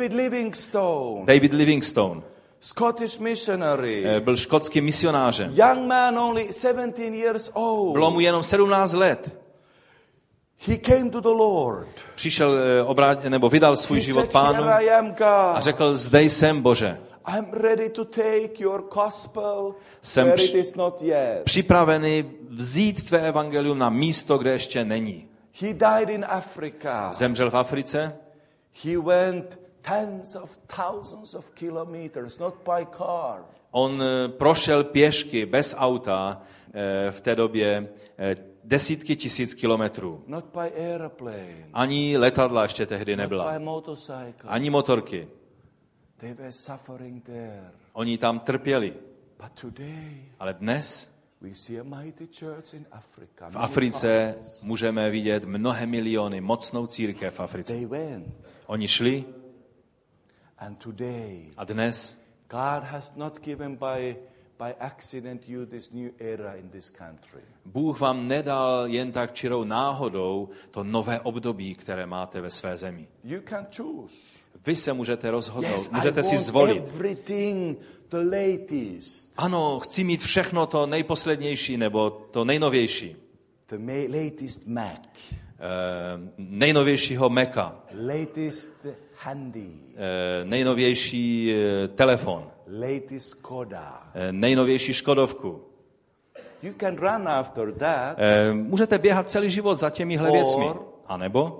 David Livingstone. Scottish missionary. Byl škotským misionářem. Young man only 17 years old. Bylo mu jenom 17 let. He came to the Lord. Přišel, vydal svůj život Pánu a řekl, zde jsem, Bože. I'm ready to take your gospel where it is not yet. Připravený vzít tvé evangelium na místo, kde ještě není. He died in Africa. Zemřel v Africe. He went tens of thousands of kilometers, not by car. On prošel pěšky, bez auta, v té době desítky tisíc kilometrů. Not by airplane. Ani letadla ještě tehdy nebyla. Not by motorcycle. Ani motorky. They were suffering there. Oni tam trpěli. But today, ale dnes we see a mighty church in Africa. V Africe můžeme vidět mnohé miliony, mocnou církev v Africe. They went. Oni šli. And today, a dnes God has not given by accident you this new era in this country. Bůh vám nedal jen tak čirou náhodou to nové období, které máte ve své zemi. You can choose. Vy se můžete rozhodnout, můžete si zvolit. The latest. Ano, chci mít všechno to nejposlednější nebo to nejnovější. The latest Mac. Nejnovějšího Maca. Latest handy. Nejnovější telefon. Latest Skoda. Nejnovější Škodovku. You can run after that. Můžete běhat celý život za těmihle věcmi. A nebo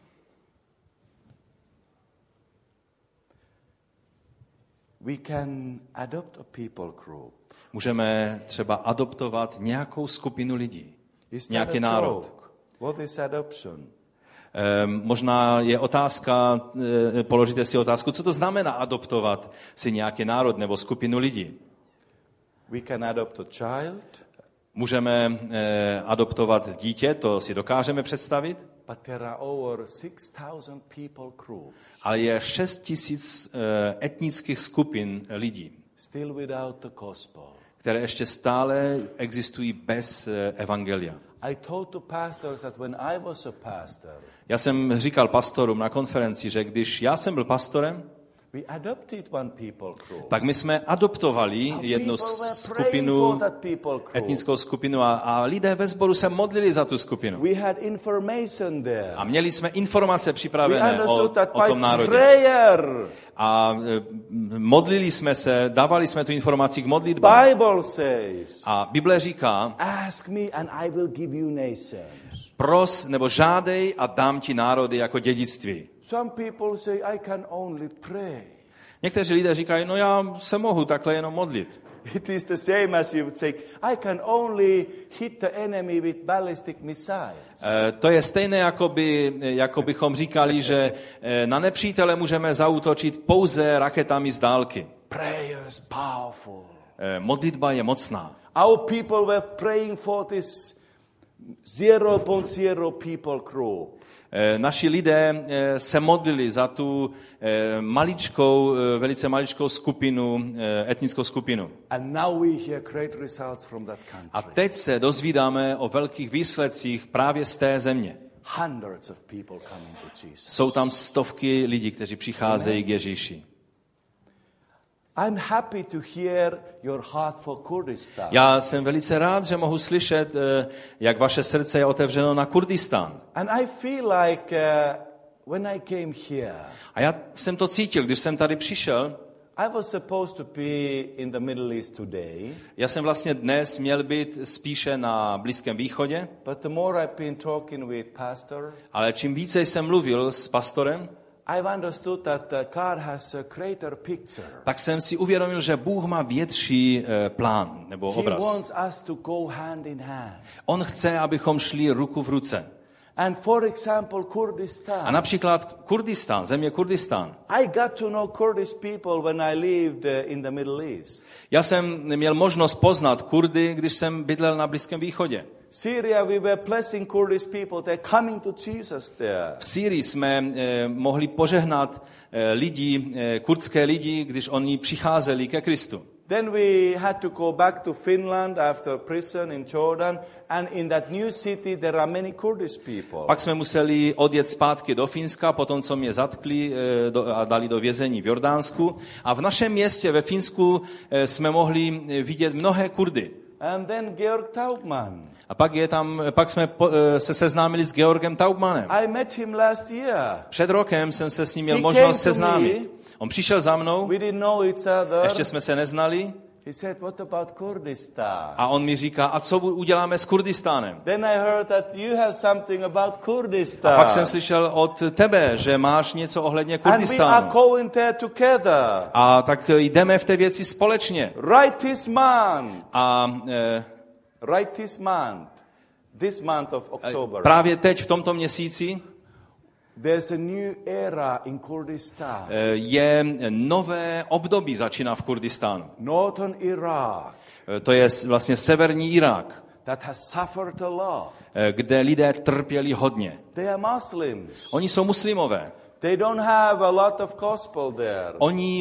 we can adopt a people group. Můžeme třeba adoptovat nějakou skupinu lidí. Nějaký národ. What is adoption? Možná je otázka, položíte si otázku, co to znamená adoptovat si nějaký národ nebo skupinu lidí. We can adopt a child. Můžeme adoptovat dítě, to si dokážeme představit. But there are over 6,000 people groups. Ale je 6,000 etnických skupin lidí, still without the gospel. Které ještě stále existují bez evangelia. I told the pastors that when I was a pastor, já jsem říkal pastorům na konferenci, že když já jsem byl pastorem, we adopted one people group. Tak my jsme adoptovali jednu skupinu, etnickou skupinu a lidé ve sboru se modlili za tu skupinu. We had information there. A měli jsme informace připravené o tom národě. A modlili jsme se, dávali jsme tu informaci k modlitbám. Bible says, a Bible říká, ask me and I will give you nations. Pros nebo žádej a dám ti národy jako dědictví. Some people say I can only pray. Někteří lidé říkají, no já se mohu takhle jenom modlit. It is the same as you would say, I can only hit the enemy with ballistic missiles. To je stejné, jako bychom říkali, že na nepřítele můžeme zaútočit pouze raketami z dálky. Prayer is powerful. Modlitba je mocná. Our people were praying for this 0.0 people group. Naši lidé se modlili za tu velice maličkou skupinu, etnickou skupinu. And now we hear great results from that country. A teď se dozvídáme o velkých výsledcích právě z té země. Hundreds of people coming to Jesus. Jsou tam stovky lidí, kteří přicházejí k Ježíši. I'm happy to hear your heart for Kurdistan. Já jsem velice rád, že mohu slyšet, jak vaše srdce je otevřeno na Kurdistán. And I feel like when I came here, A já jsem to cítil, když jsem tady přišel. I was supposed to be in the Middle East today. Já jsem vlastně dnes měl být spíše na Blízkém východě, But the more I've been talking with pastor, ale čím více jsem mluvil s pastorem, I've understood that God has a greater picture. tak jsem si uvědomil, že Bůh má větší plán nebo He obraz. wants us to go hand in hand. On chce, abychom šli ruku v ruce. And for example, A Kurdistan. například Kurdistán, země Kurdistán. I got to know Kurdish people when I lived in the Middle East. Já jsem měl možnost poznat Kurdy, když jsem bydlel na Blízkém východě. Syria, we were blessing Kurdish people. They're coming to Jesus there. V Sýrii jsme mohli požehnat kurdské lidi, když oni přicházeli ke Kristu. Then we had to go back to Finland after prison in Jordan. And in that new city, there are many Kurdish people. Pak jsme museli odjet zpátky do Finska, potom co mě zatkli a dali do vězení v Jordánsku. A v našem městě ve Finsku jsme mohli vidět mnohé Kurdy. And then Georg Taubman. A pak jsme se seznámili s Georgem Taubmanem. I met him last year. Před rokem jsem se s ním měl He možnost came to seznámit. On přišel za mnou, We didn't know each other. ještě jsme se neznali, He said, what about Kurdistan? a on mi říká, a co uděláme s Kurdistánem? Then I heard that you have something about Kurdistan. A pak jsem slyšel od tebe, že máš něco ohledně And we are Kurdistánu. going there together. A tak jdeme v té věci společně. Right this month. Right this month. This month of October. Právě teď v tomto měsíci There's a new era in Kurdistan. je nové období začíná v Kurdistánu. Northern Iraq. To je vlastně severní Irák, That has suffered a lot. kde lidé trpěli hodně. They are Muslims. Oni jsou muslimové. They don't have a lot of gospel there.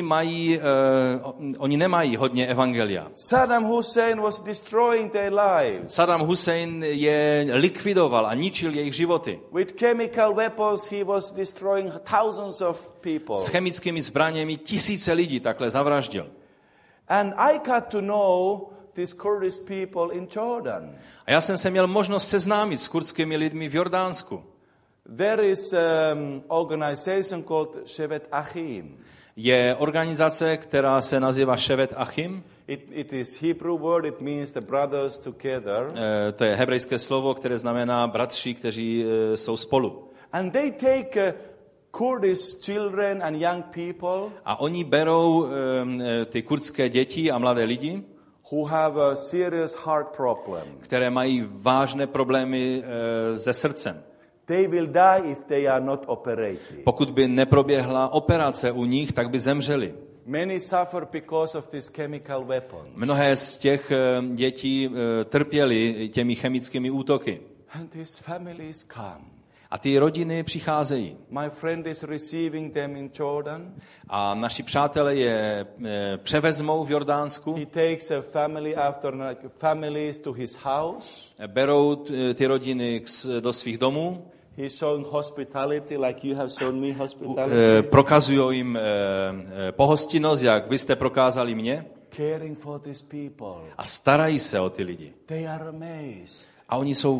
Oni nemají hodně evangelia. Saddam Hussein was destroying their lives. Saddam Hussein je likvidoval a ničil jejich životy. With chemical weapons he was destroying thousands of people. S chemickými zbraněmi tisíce lidí takhle zavraždil. And I got to know these Kurdish people in Jordan. A já jsem se měl možnost seznámit s kurdskými lidmi v Jordánsku. There is an organization called Shevet Achim. Je organizace, která se nazývá Shevet Achim. It is Hebrew word, it means the brothers together. To je hebrejské slovo, které znamená bratři, kteří jsou spolu. And they take Kurdish children and young people. A oni berou ty kurdské děti a mladé lidi, who have a serious heart problem. které mají vážné problémy se srdcem. They will die if they are not operated. Pokud by neproběhla operace u nich, tak by zemřeli. Many suffer because of these chemical weapons. Mnohé z těch dětí trpěly těmi chemickými útoky. And these families come. A ty rodiny přicházejí. My friend is receiving them in Jordan. A naši přátelé je převezmou v Jordánsku. He takes a family after families to his house. Berou ty rodiny do svých domů. He's showing hospitality like you have shown me hospitality. Prokazují jim pohostinnost, jak vy jste prokázali mě. Caring for these people. A starají se o ty lidi. They are amazed. A oni jsou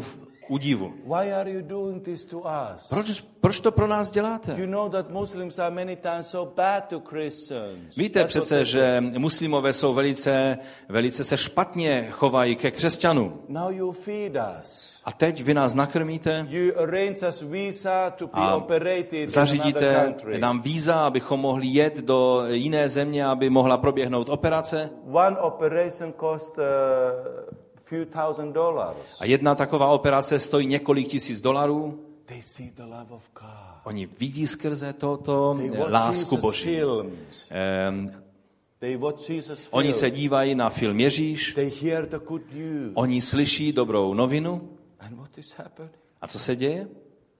údivu. Why are you doing this to us? Proč to pro nás děláte? You know that Muslims are many times so bad to Christians. Víte přece, že muslimové jsou velice se špatně chovají ke křesťanům. Now you feed us. A teď vy nás nakrmíte You arrange us visa to be a operated in another zařídíte country. nám víza, abychom mohli jet do jiné země, aby mohla proběhnout operace. One operation cost few $1,000s. A jedna taková operace stojí několik tisíc dolarů. They see the love of God. Oni vidí skrze toto They watch lásku Jesus Boží. films. They watch Jesus Oni se films. dívají na film Ježíš, They hear the good news. oni slyší dobrou novinu. And what is happening? A co se děje?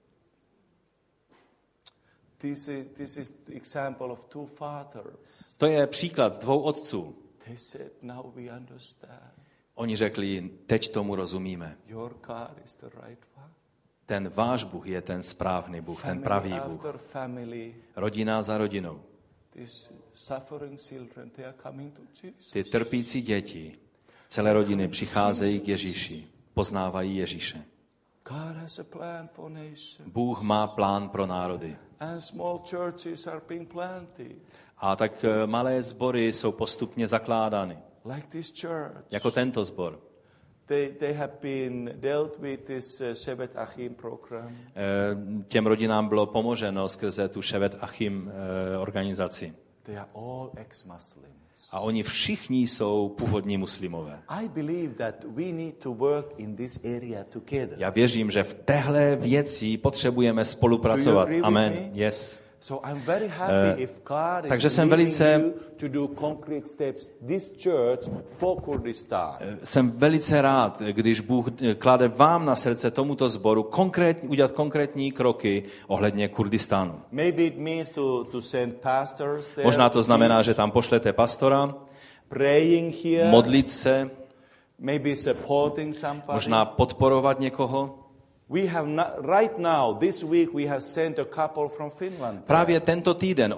This is the example of two fathers. To je příklad dvou otců. They said, now we understand. Oni řekli, teď tomu rozumíme. Your God is the right one. Ten váš Bůh je ten správný Bůh, ten pravý Family Bůh. after family. Rodina za rodinou. These suffering children, they are coming to Jesus. Ty trpící děti, celé rodiny přicházejí k Ježíši, poznávají Ježíše. God has a plan for nations. Bůh má plán pro národy. And small churches are being planted. A tak malé sbory jsou postupně zakládány. Like this church. Jako tento sbor. They have been dealt with this Shevet Achim program. Těm rodinám bylo pomoženo skrze tu Shevet Achim organizaci. They are all ex-Muslims. A oni všichni jsou původní muslimové. I believe that we need to work in this area together. Já věřím, že v téhle věci potřebujeme spolupracovat. Do you agree with Amen. me? Yes. So I'm very happy if God takže is jsem leading velice- you to do concrete steps. This church for Kurdistan. Jsem velice rád, když Bůh klade vám na srdce tomuto sboru udělat konkrétní kroky ohledně Kurdistánu. Maybe it means to send pastors there. Možná to znamená, teach, že tam pošlete pastora, praying here. modlit se, Maybe supporting somebody. možná podporovat někoho. We have right now, this week, we have sent a couple from Finland. Právě tento týden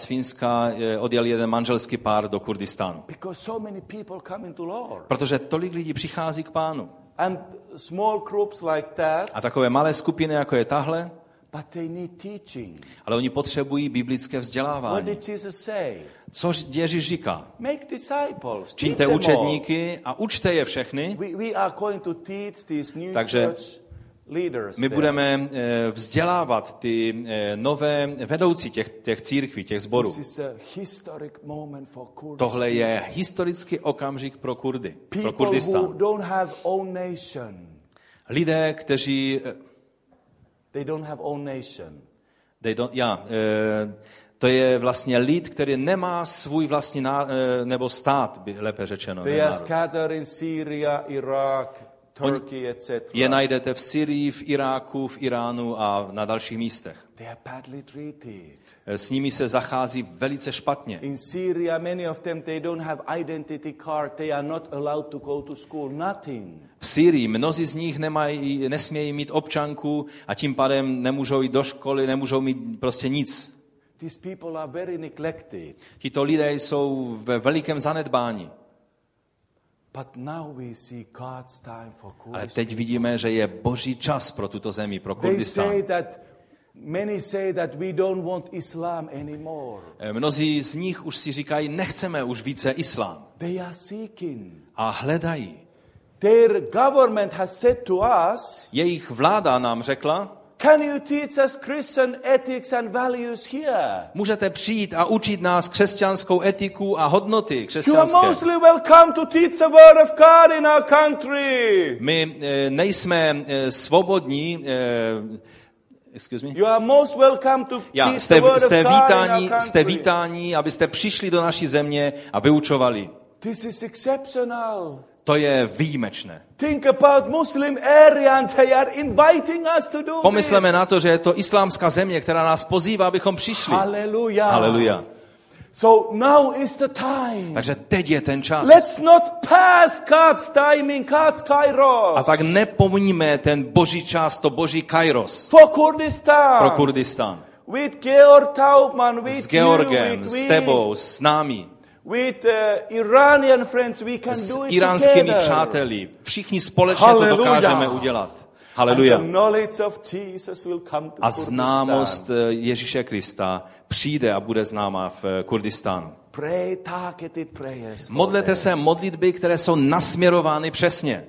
odjel jeden manželský pár do Kurdistánu. Because so many people come into Lord. Protože tolik lidí přichází k Pánu. And small groups like that, A takové malé skupiny, jako je tahle, but they need teaching. ale oni potřebují biblické What vzdělávání. did Jesus say? Co Ježíš říká? Make disciples. Čiňte Teach them all. učedníky a učte je všechny. We are going to teach these new Takže church leaders. my there. budeme vzdělávat ty nové vedoucí těch církví, těch sborů. This is a historic moment for Kurdistan. Tohle je historický okamžik pro Kurdy, pro People who Kurdistán. don't have own nation. Lidé, kteří They don't have own nation. to je vlastně lid, který nemá svůj vlastní nebo stát, by lépe řečeno. They ne are národ. scattered in Syria, Iraq, Turkey, etc. Je najdete v Syrii, v Iráku, v Iránu a na dalších místech. They are badly treated. S nimi se zachází velice špatně. In Syria, many of them, they don't have identity card. They are not allowed to go to school. Nothing. V Syrii mnozí z nich nesmějí mít občanku a tím pádem nemůžou jít do školy, nemůžou mít prostě nic. These people are very neglected. Tito lidé jsou ve velikém zanedbání. But now we see God's time for Ale Kurdistan. teď vidíme, že je boží čas pro tuto zemi, pro They Kurdistán. say that, many say that we don't want Islam anymore. Mnozí z nich už si říkají, nechceme už více islám. They are seeking. A hledají. Their government has said to us, Jejich vláda nám řekla, can you teach us Christian ethics and values here? můžete přijít a učit nás křesťanskou etiku a hodnoty You are křesťanské. mostly welcome to teach the word of God in our country. My nejsme svobodní, excuse me? You are most welcome to teach the Jste word of God in our jste country. vítáni, abyste přišli do naší země a vyučovali. This is exceptional. To je výjimečné. Think about Muslim area and they are inviting us to do Pomysleme this. na to, že je to islámská země, která nás pozývá, abychom přišli. Hallelujah. Haleluja. So now is the time. Takže teď je ten čas. Let's not pass God's timing, God's kairos. A tak nepominíme ten boží čas, to boží kairos For Kurdistan. pro Kurdistán. With Georg Taubman, with S Georgem, you, with s we, tebou, s námi, with Iranian friends, we can s do it iránskými together. přáteli. Všichni společně to Hallelujah. dokážeme udělat. Haleluja. And the knowledge of Jesus will come to A známost Ježíše Krista přijde a bude známa v Kurdistánu. Pray targeted prayers. Modlete se modlitby, které jsou nasměrovány přesně.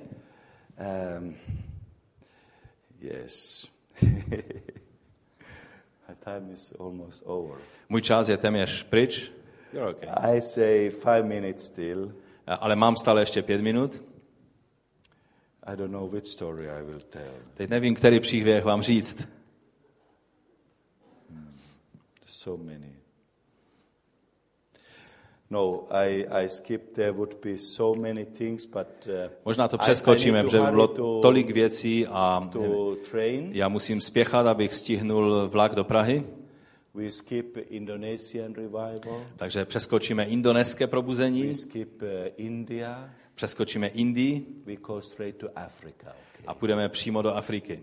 Yes. My time is almost over. Můj čas je téměř pryč. You're okay. I say 5 minutes still. Ale mám stále ještě 5 minut. I don't know which story I will tell. Teď nevím, který příběh vám říct. So many. No, I skipped. There would be so many things, but Možná to přeskočíme, protože bylo tolik věcí a train. já musím spěchat, abych stihnul vlak do Prahy. We skip Indonesian revival. Takže přeskočíme indonéské probuzení, We skip India. přeskočíme Indii We go straight to Africa. Okay. a půjdeme přímo do Afriky.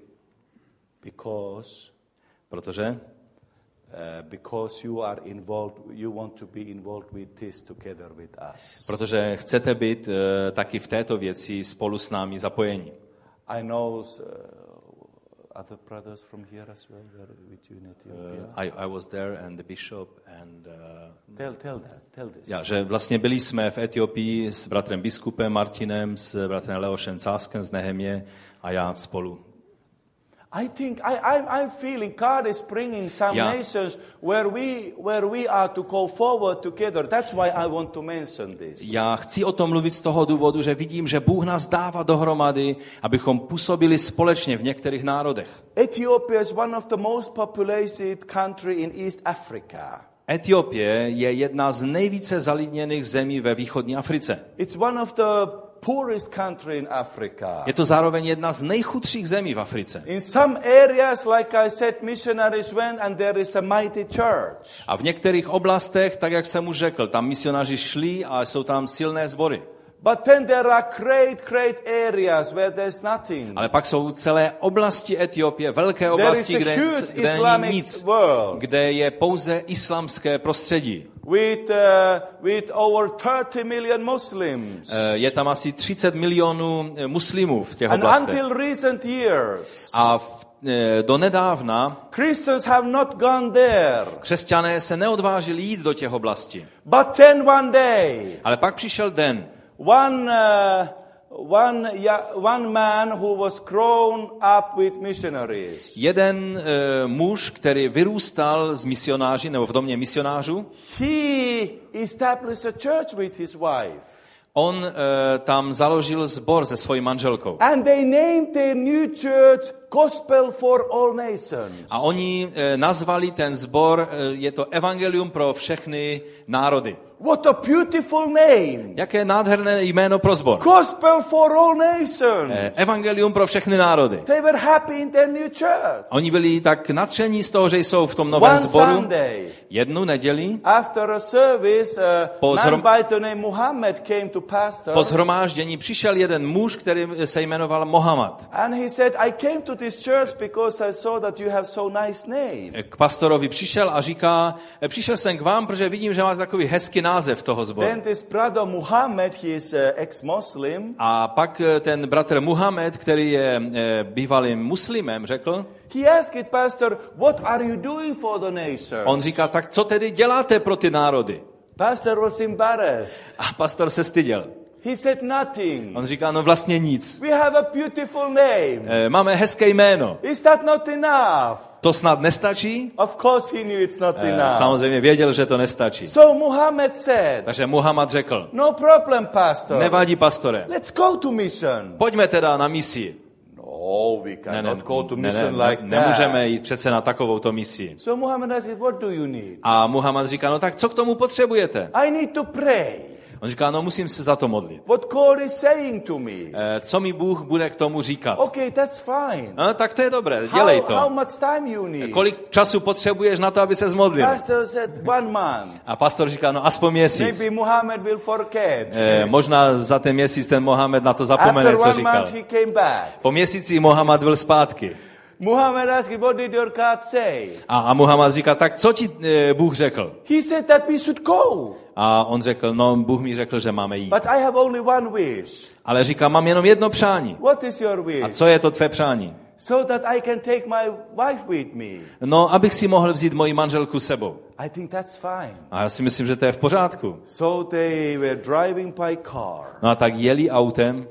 Protože you are involved, you want to be involved with this together with us. Protože chcete být taky v této věci spolu s námi zapojeni. I know other brothers from here as well were with you in Ethiopia. I was there and the bishop and tell this. Já, že vlastně byli jsme v Etiopii s bratrem biskupem Martinem, s bratrem Leošem Cáskem z Nehemie a já spolu. I think I'm feeling God is bringing some nations where we are to go forward together. That's why I want to mention this. Já chci o tom mluvit z toho důvodu, že vidím, že Bůh nás dává dohromady, abychom působili společně v některých národech. Ethiopia is one of the most populated country in East Africa. Etiopie je jedna z nejvíce zalidněných zemí ve východní Africe. It's one of the poorest country in Africa. Je to zároveň jedna z nejchudších zemí v Africe. In some areas, like I said, missionaries went and there is a mighty church. A v některých oblastech, tak jak jsem už řekl, tam misionáři šli a jsou tam silné sbory. But then there are great areas where there's nothing. Ale pak jsou celé oblasti Etiopie, velké oblasti, kde není nic, kde je pouze islamské prostředí. With over 30 million Muslims. Je tam asi 30 milionů muslimů v těch oblastech. And until recent years. A do nedávna Christians have not gone there. Křesťané se neodvážili jít do těch oblastí. But then one day. Ale pak přišel den. One man who was grown up with missionaries. Jeden muž, který vyrůstal z misionáři nebo v domě misionářů. He established a church with his wife. On tam založil sbor se svojí manželkou. And they named their new church Gospel for All Nations. A oni nazvali ten sbor, je to evangelium pro všechny národy. What a beautiful name. Jaké nádherné jméno pro sbor. Gospel for All Nations. Evangelium pro všechny národy. They were happy in their new church. Oni byli tak nadšení z toho, že jsou v tom novém sboru. Sunday, jednu neděli after a service, man by the name Muhammad came to pastor. Po shromáždění přišel jeden muž, který se jmenoval Mohamad. And he said, I came to this church because I saw that you have so nice name. K pastorovi přišel a říká, přišel jsem k vám, protože vidím, že máte takový hezký název toho sboru. Then this brother Muhammad, he is ex-Muslim. A pak ten bratr Muhammad, který je bývalým muslimem, řekl, he asked pastor, what are you doing for the nation? On říká, tak co tedy děláte pro ty národy? Pastor was embarrassed. A pastor se styděl. He said nothing. On říká, no vlastně nic. We have a beautiful name. Máme hezké jméno. Is that not enough? To snad nestačí? Of course he knew it's not enough. Samozřejmě věděl, že to nestačí. So Muhammad said, takže Muhammad řekl, no problem, pastor. Nevadí, pastore. Let's go to mission. Pojďme teda na misi. No, we cannot go to mission like that. Nemůžeme jít přece na takovouto misi. So Muhammad asked, what do you need? A Muhammad říká, no tak co k tomu potřebujete? I need to pray. On říká, no musím se za to modlit. What God is saying to me? Co mi Bůh bude k tomu říkat? Okay, that's fine. No, tak to je dobré, dělej to. How much time you need? Kolik času potřebuješ na to, aby se zmodlil? Pastor said 1 month. A pastor říká, no aspoň měsíc. Maybe Muhammad will forget. Možná za ten měsíc ten Mohamed na to zapomene, co říkal. After 1 month he came back. Po měsíci Mohamed byl zpátky. Muhammad asked, what did your God say? A Muhammad říká, tak co ti Bůh řekl? He said that we should go. A on řekl, no Bůh mi řekl, že máme jít. But I have only one wish. Ale říká, mám jenom jedno přání. What is your wish? A co je to tvé přání? So that I can take my wife with me. No, abych si mohl vzít moji manželku sebou. I think that's fine. A já si myslím, že to je v pořádku. So they were driving by car. No a tak jeli autem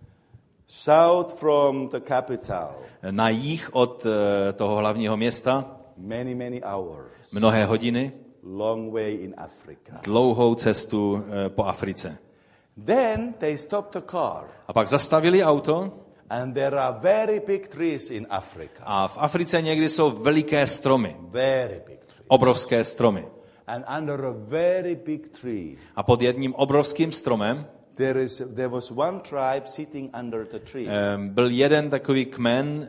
South from the capital. na jih od toho hlavního města. Many hours. Mnohé hodiny. Long way in Africa. Dlouhou cestu po Africe. Then they stopped the car. A pak zastavili auto. And there are very big trees in Africa. A v Africe někdy jsou veliké stromy. Very big trees. Obrovské stromy. And under a very big tree. A pod jedním obrovským stromem there was one tribe sitting under the tree. Byl jeden takový kmen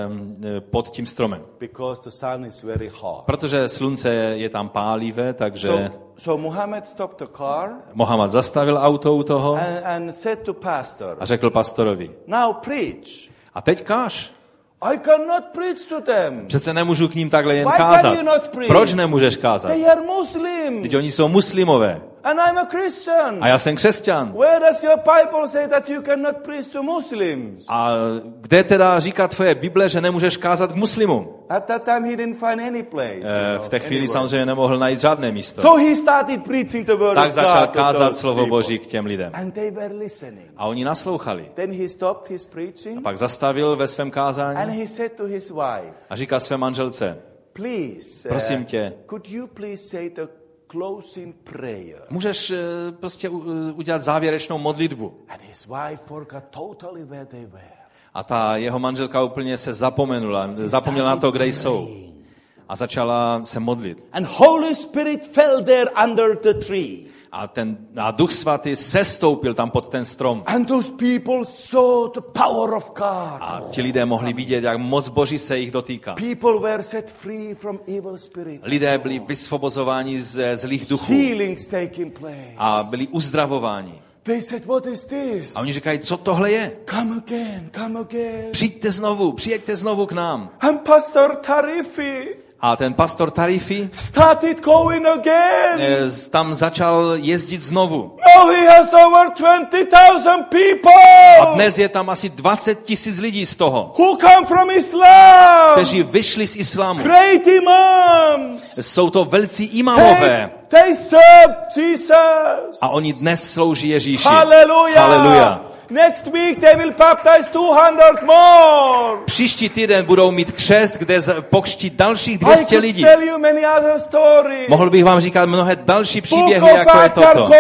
pod tím stromem. Because the sun is very hot. Protože slunce je tam pálivé, takže So Muhammad stopped the car. Mohamed zastavil auto u toho and said to pastor. A řekl pastorovi: Now preach. A teď káž. I cannot preach to them. Přece nemůžu k ním takhle jen Why kázat. can you not preach? Proč nemůžeš kázat? They are Muslims. Teď oni jsou muslimové. And I'm a Christian. A já jsem křesťan. Where does your Bible say that you cannot preach to Muslims? A kde teda říká tvoje Bible, že nemůžeš kázat k muslimům? At that time he didn't find any place. V té chvíli samozřejmě nemohl najít žádné místo. So he started preaching the word Tak of začal God kázat slovo Boží k těm lidem. And they were listening. A oni naslouchali. Then he stopped his preaching. A pak zastavil ve svém And kázání he said to his wife. A říká své manželce: Please, prosím tě, could you please say the closing prayer? můžeš prostě udělat závěrečnou modlitbu. And his wife forgot totally where they were. A ta jeho manželka úplně se zapomněla na to, kde jsou. A začala se modlit. And Holy Spirit fell there under the tree. A Duch Svatý sestoupil tam pod ten strom. And those people saw the power of God. A ti lidé mohli vidět, jak moc Boží se jich dotýká. People were set free from evil spirits. Lidé byli vysvobozováni ze zlých duchů. Healings taking place. A byli uzdravováni. They said, what is this? A oni říkají: co tohle je? Come again. Přijeďte znovu k nám. And Pastor Tarifi A ten pastor Tarifi started going again. Tam začal jezdit znovu. Now he has over 20,000 people. A dnes je tam asi 20 000 lidí z toho, who come from Islam. kteří vyšli z islámu. Great imams. Jsou to velcí imamové. They serve Jesus. A oni dnes slouží Ježíši. Hallelujah. Hallelujah. Next week they will baptize 200 more. Příští týden budou mít křest, kde pokřtí dalších 200 lidí. Tell you many other stories. Mohl bych vám říkat mnohé další příběhy, jako je toto.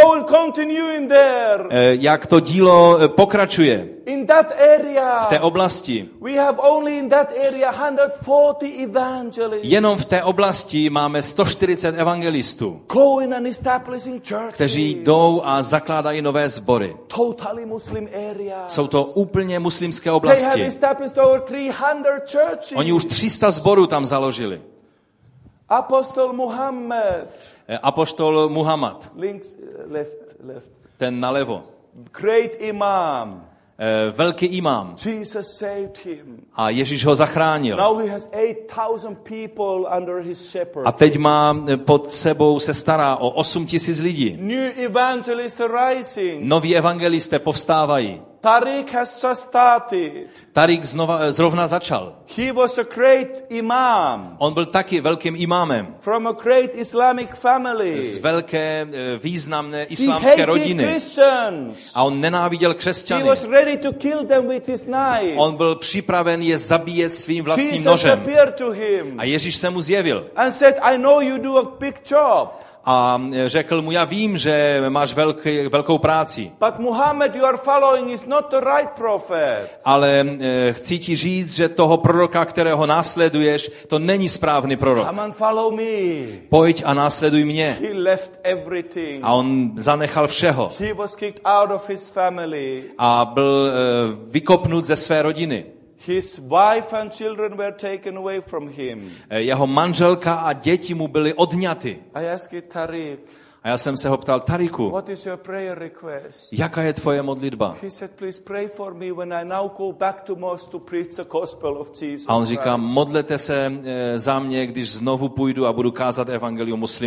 Jak to dílo pokračuje. In that area, v té oblasti. We have only in that area 140 evangelists. Jenom v té oblasti máme 140 evangelistů, going and establishing churches. Kteří jdou a zakládají nové sbory. Totally Muslim areas. Jsou to úplně muslimské They have oblasti. established over 300 churches. Oni už 300 sborů tam založili. Apostle Muhammad. Apoštol Muhammad. Links, left. Ten nalevo. Great imam. Velký imám. Jesus saved him. A Ježíš ho zachránil. Now he has 8,000 people under his shepherd. A teď má pod sebou, se stará o 8 000 lidí. New evangelists are rising. Noví evangelisté povstávají. Tariq has just started. Tariq zrovna začal. He was a great imam. On byl taky velkým imámem. From a great Islamic family. Z velké významné islámské rodiny. Christians. A on nenáviděl křesťany. He was ready to kill them with his knife. On byl připraven je zabíjet svým vlastním Jesus nožem. appeared to him. A Ježíš se mu zjevil. And said, I know you do a big job. A řekl mu: já vím, že máš velkou práci. But Muhammad you are following is not the right prophet. Ale chci ti říct, že toho proroka, kterého následuješ, to není správný prorok. Come and follow me. Pojď a následuj mě. He left everything. A on zanechal všeho. He was kicked out of his family. A byl vykopnut ze své rodiny. His wife and children were taken away from him. Jeho manželka a děti mu byly odňaty. I asked Tariq. A já jsem se ho ptal: Tariku, What is your prayer request? jaká je tvoje modlitba? He said, please pray for me when I now go back to mosque to preach the gospel of Jesus. A on říká: Christ. modlete se za mě, když znovu půjdu a budu kázat evangelium muslimům.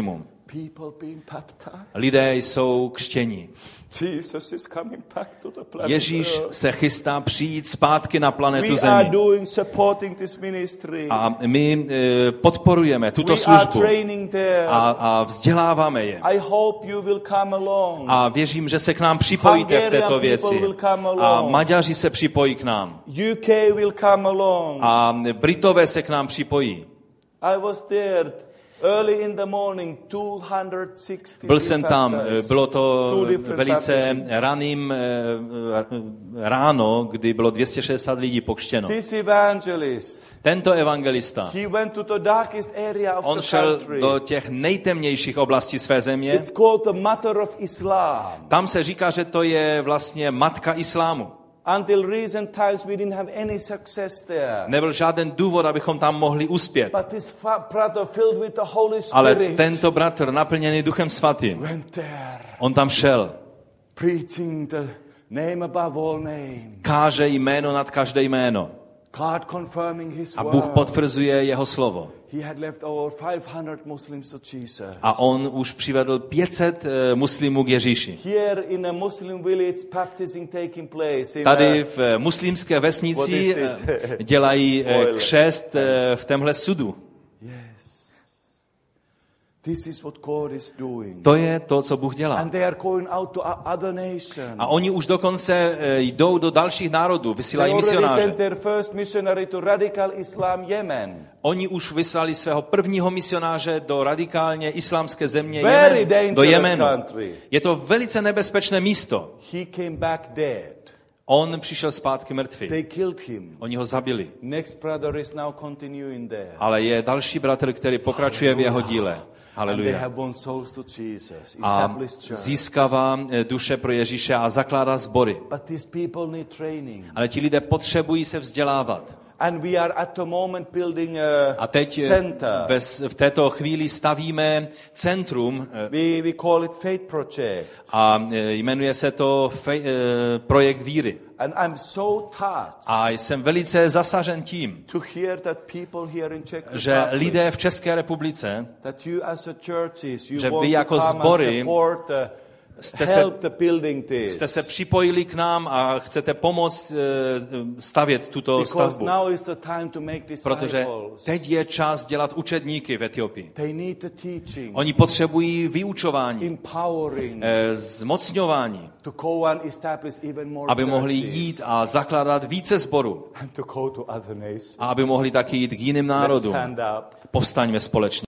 People being baptized. Lidé jsou křtěni. Jesus is coming back to the planet Ježíš Earth. se chystá přijít zpátky na planetu We are Zemi. doing supporting this ministry. A my podporujeme tuto We are službu training there. a vzděláváme je. I hope you will come along. A věřím, že se k nám připojíte v této věci. A Maďaři se připojí k nám. UK will come along. A Britové se k nám připojí. I was there early in the morning, 260 Byl jsem tam, bylo to Two different velice baptisms. raným ráno, kdy bylo 260 lidí pokřtěno. This evangelist, Tento evangelista, he went to the darkest area of on the šel country. do těch nejtemnějších oblastí své země. It's called the mother of Islam. Tam se říká, že to je vlastně matka islámu. Until recent times we didn't have any success there. Nebyl žádný důvod, abychom tam mohli uspět. But this brother filled with the Holy Ale Spirit tento bratr, naplněný Duchem Svatým, went there on tam šel. preaching the name above all names. Káže jméno nad každé jméno. God confirming his A word. Bůh potvrzuje jeho slovo. He had left over 500 Muslims to Jesus. A on už přivedl 500 muslimů k Ježíši. Here in a Muslim village, baptism taking place. In Tady v muslimské vesnici What is this? dělají Oil. křest v témhle sudu. yes. This is what God is doing. To je to, co Bůh dělá. And they are going out to other nations. A oni už dokonce jdou do dalších národů, They vysílají already misionáře. sent their first missionary to radical Islam Yemen. Oni už vyslali svého prvního misionáře do radikálně islámské země Very Jemen, dangerous do Jemenu. country. Je to velice nebezpečné místo. He came back dead. On přišel zpátky mrtvý. They killed him. Oni ho zabili. Next brother is now continuing there. Ale je další bratr, který pokračuje v jeho díle. And they Haleluja. have won souls to Jesus, A established church. získává duše pro Ježíše a zakládá sbory. But these people need training. Ale ti lidé potřebují se vzdělávat. And we are at the moment building A a teď center. v této chvíli stavíme centrum We call it Faith Project. a jmenuje se to Projekt víry. And I'm so touched A jsem velice zasažen tím, to hear that people here in Czech že Republic, lidé v České republice that you as a churches, you že want vy jako to come sbory and support, help the building this. jste se připojili k nám a chcete pomoct stavět tuto Because stavbu. now is the time to make Protože disciples. teď je čas dělat učedníky v Etiopii. They need the teaching, Oni potřebují vyučování, empowering, zmocňování, to go and establish even more aby mohli churches. jít a zakládat více sborů And to go to other nations. a aby mohli taky jít k jiným Let's národům. stand up. Povstaňme společně.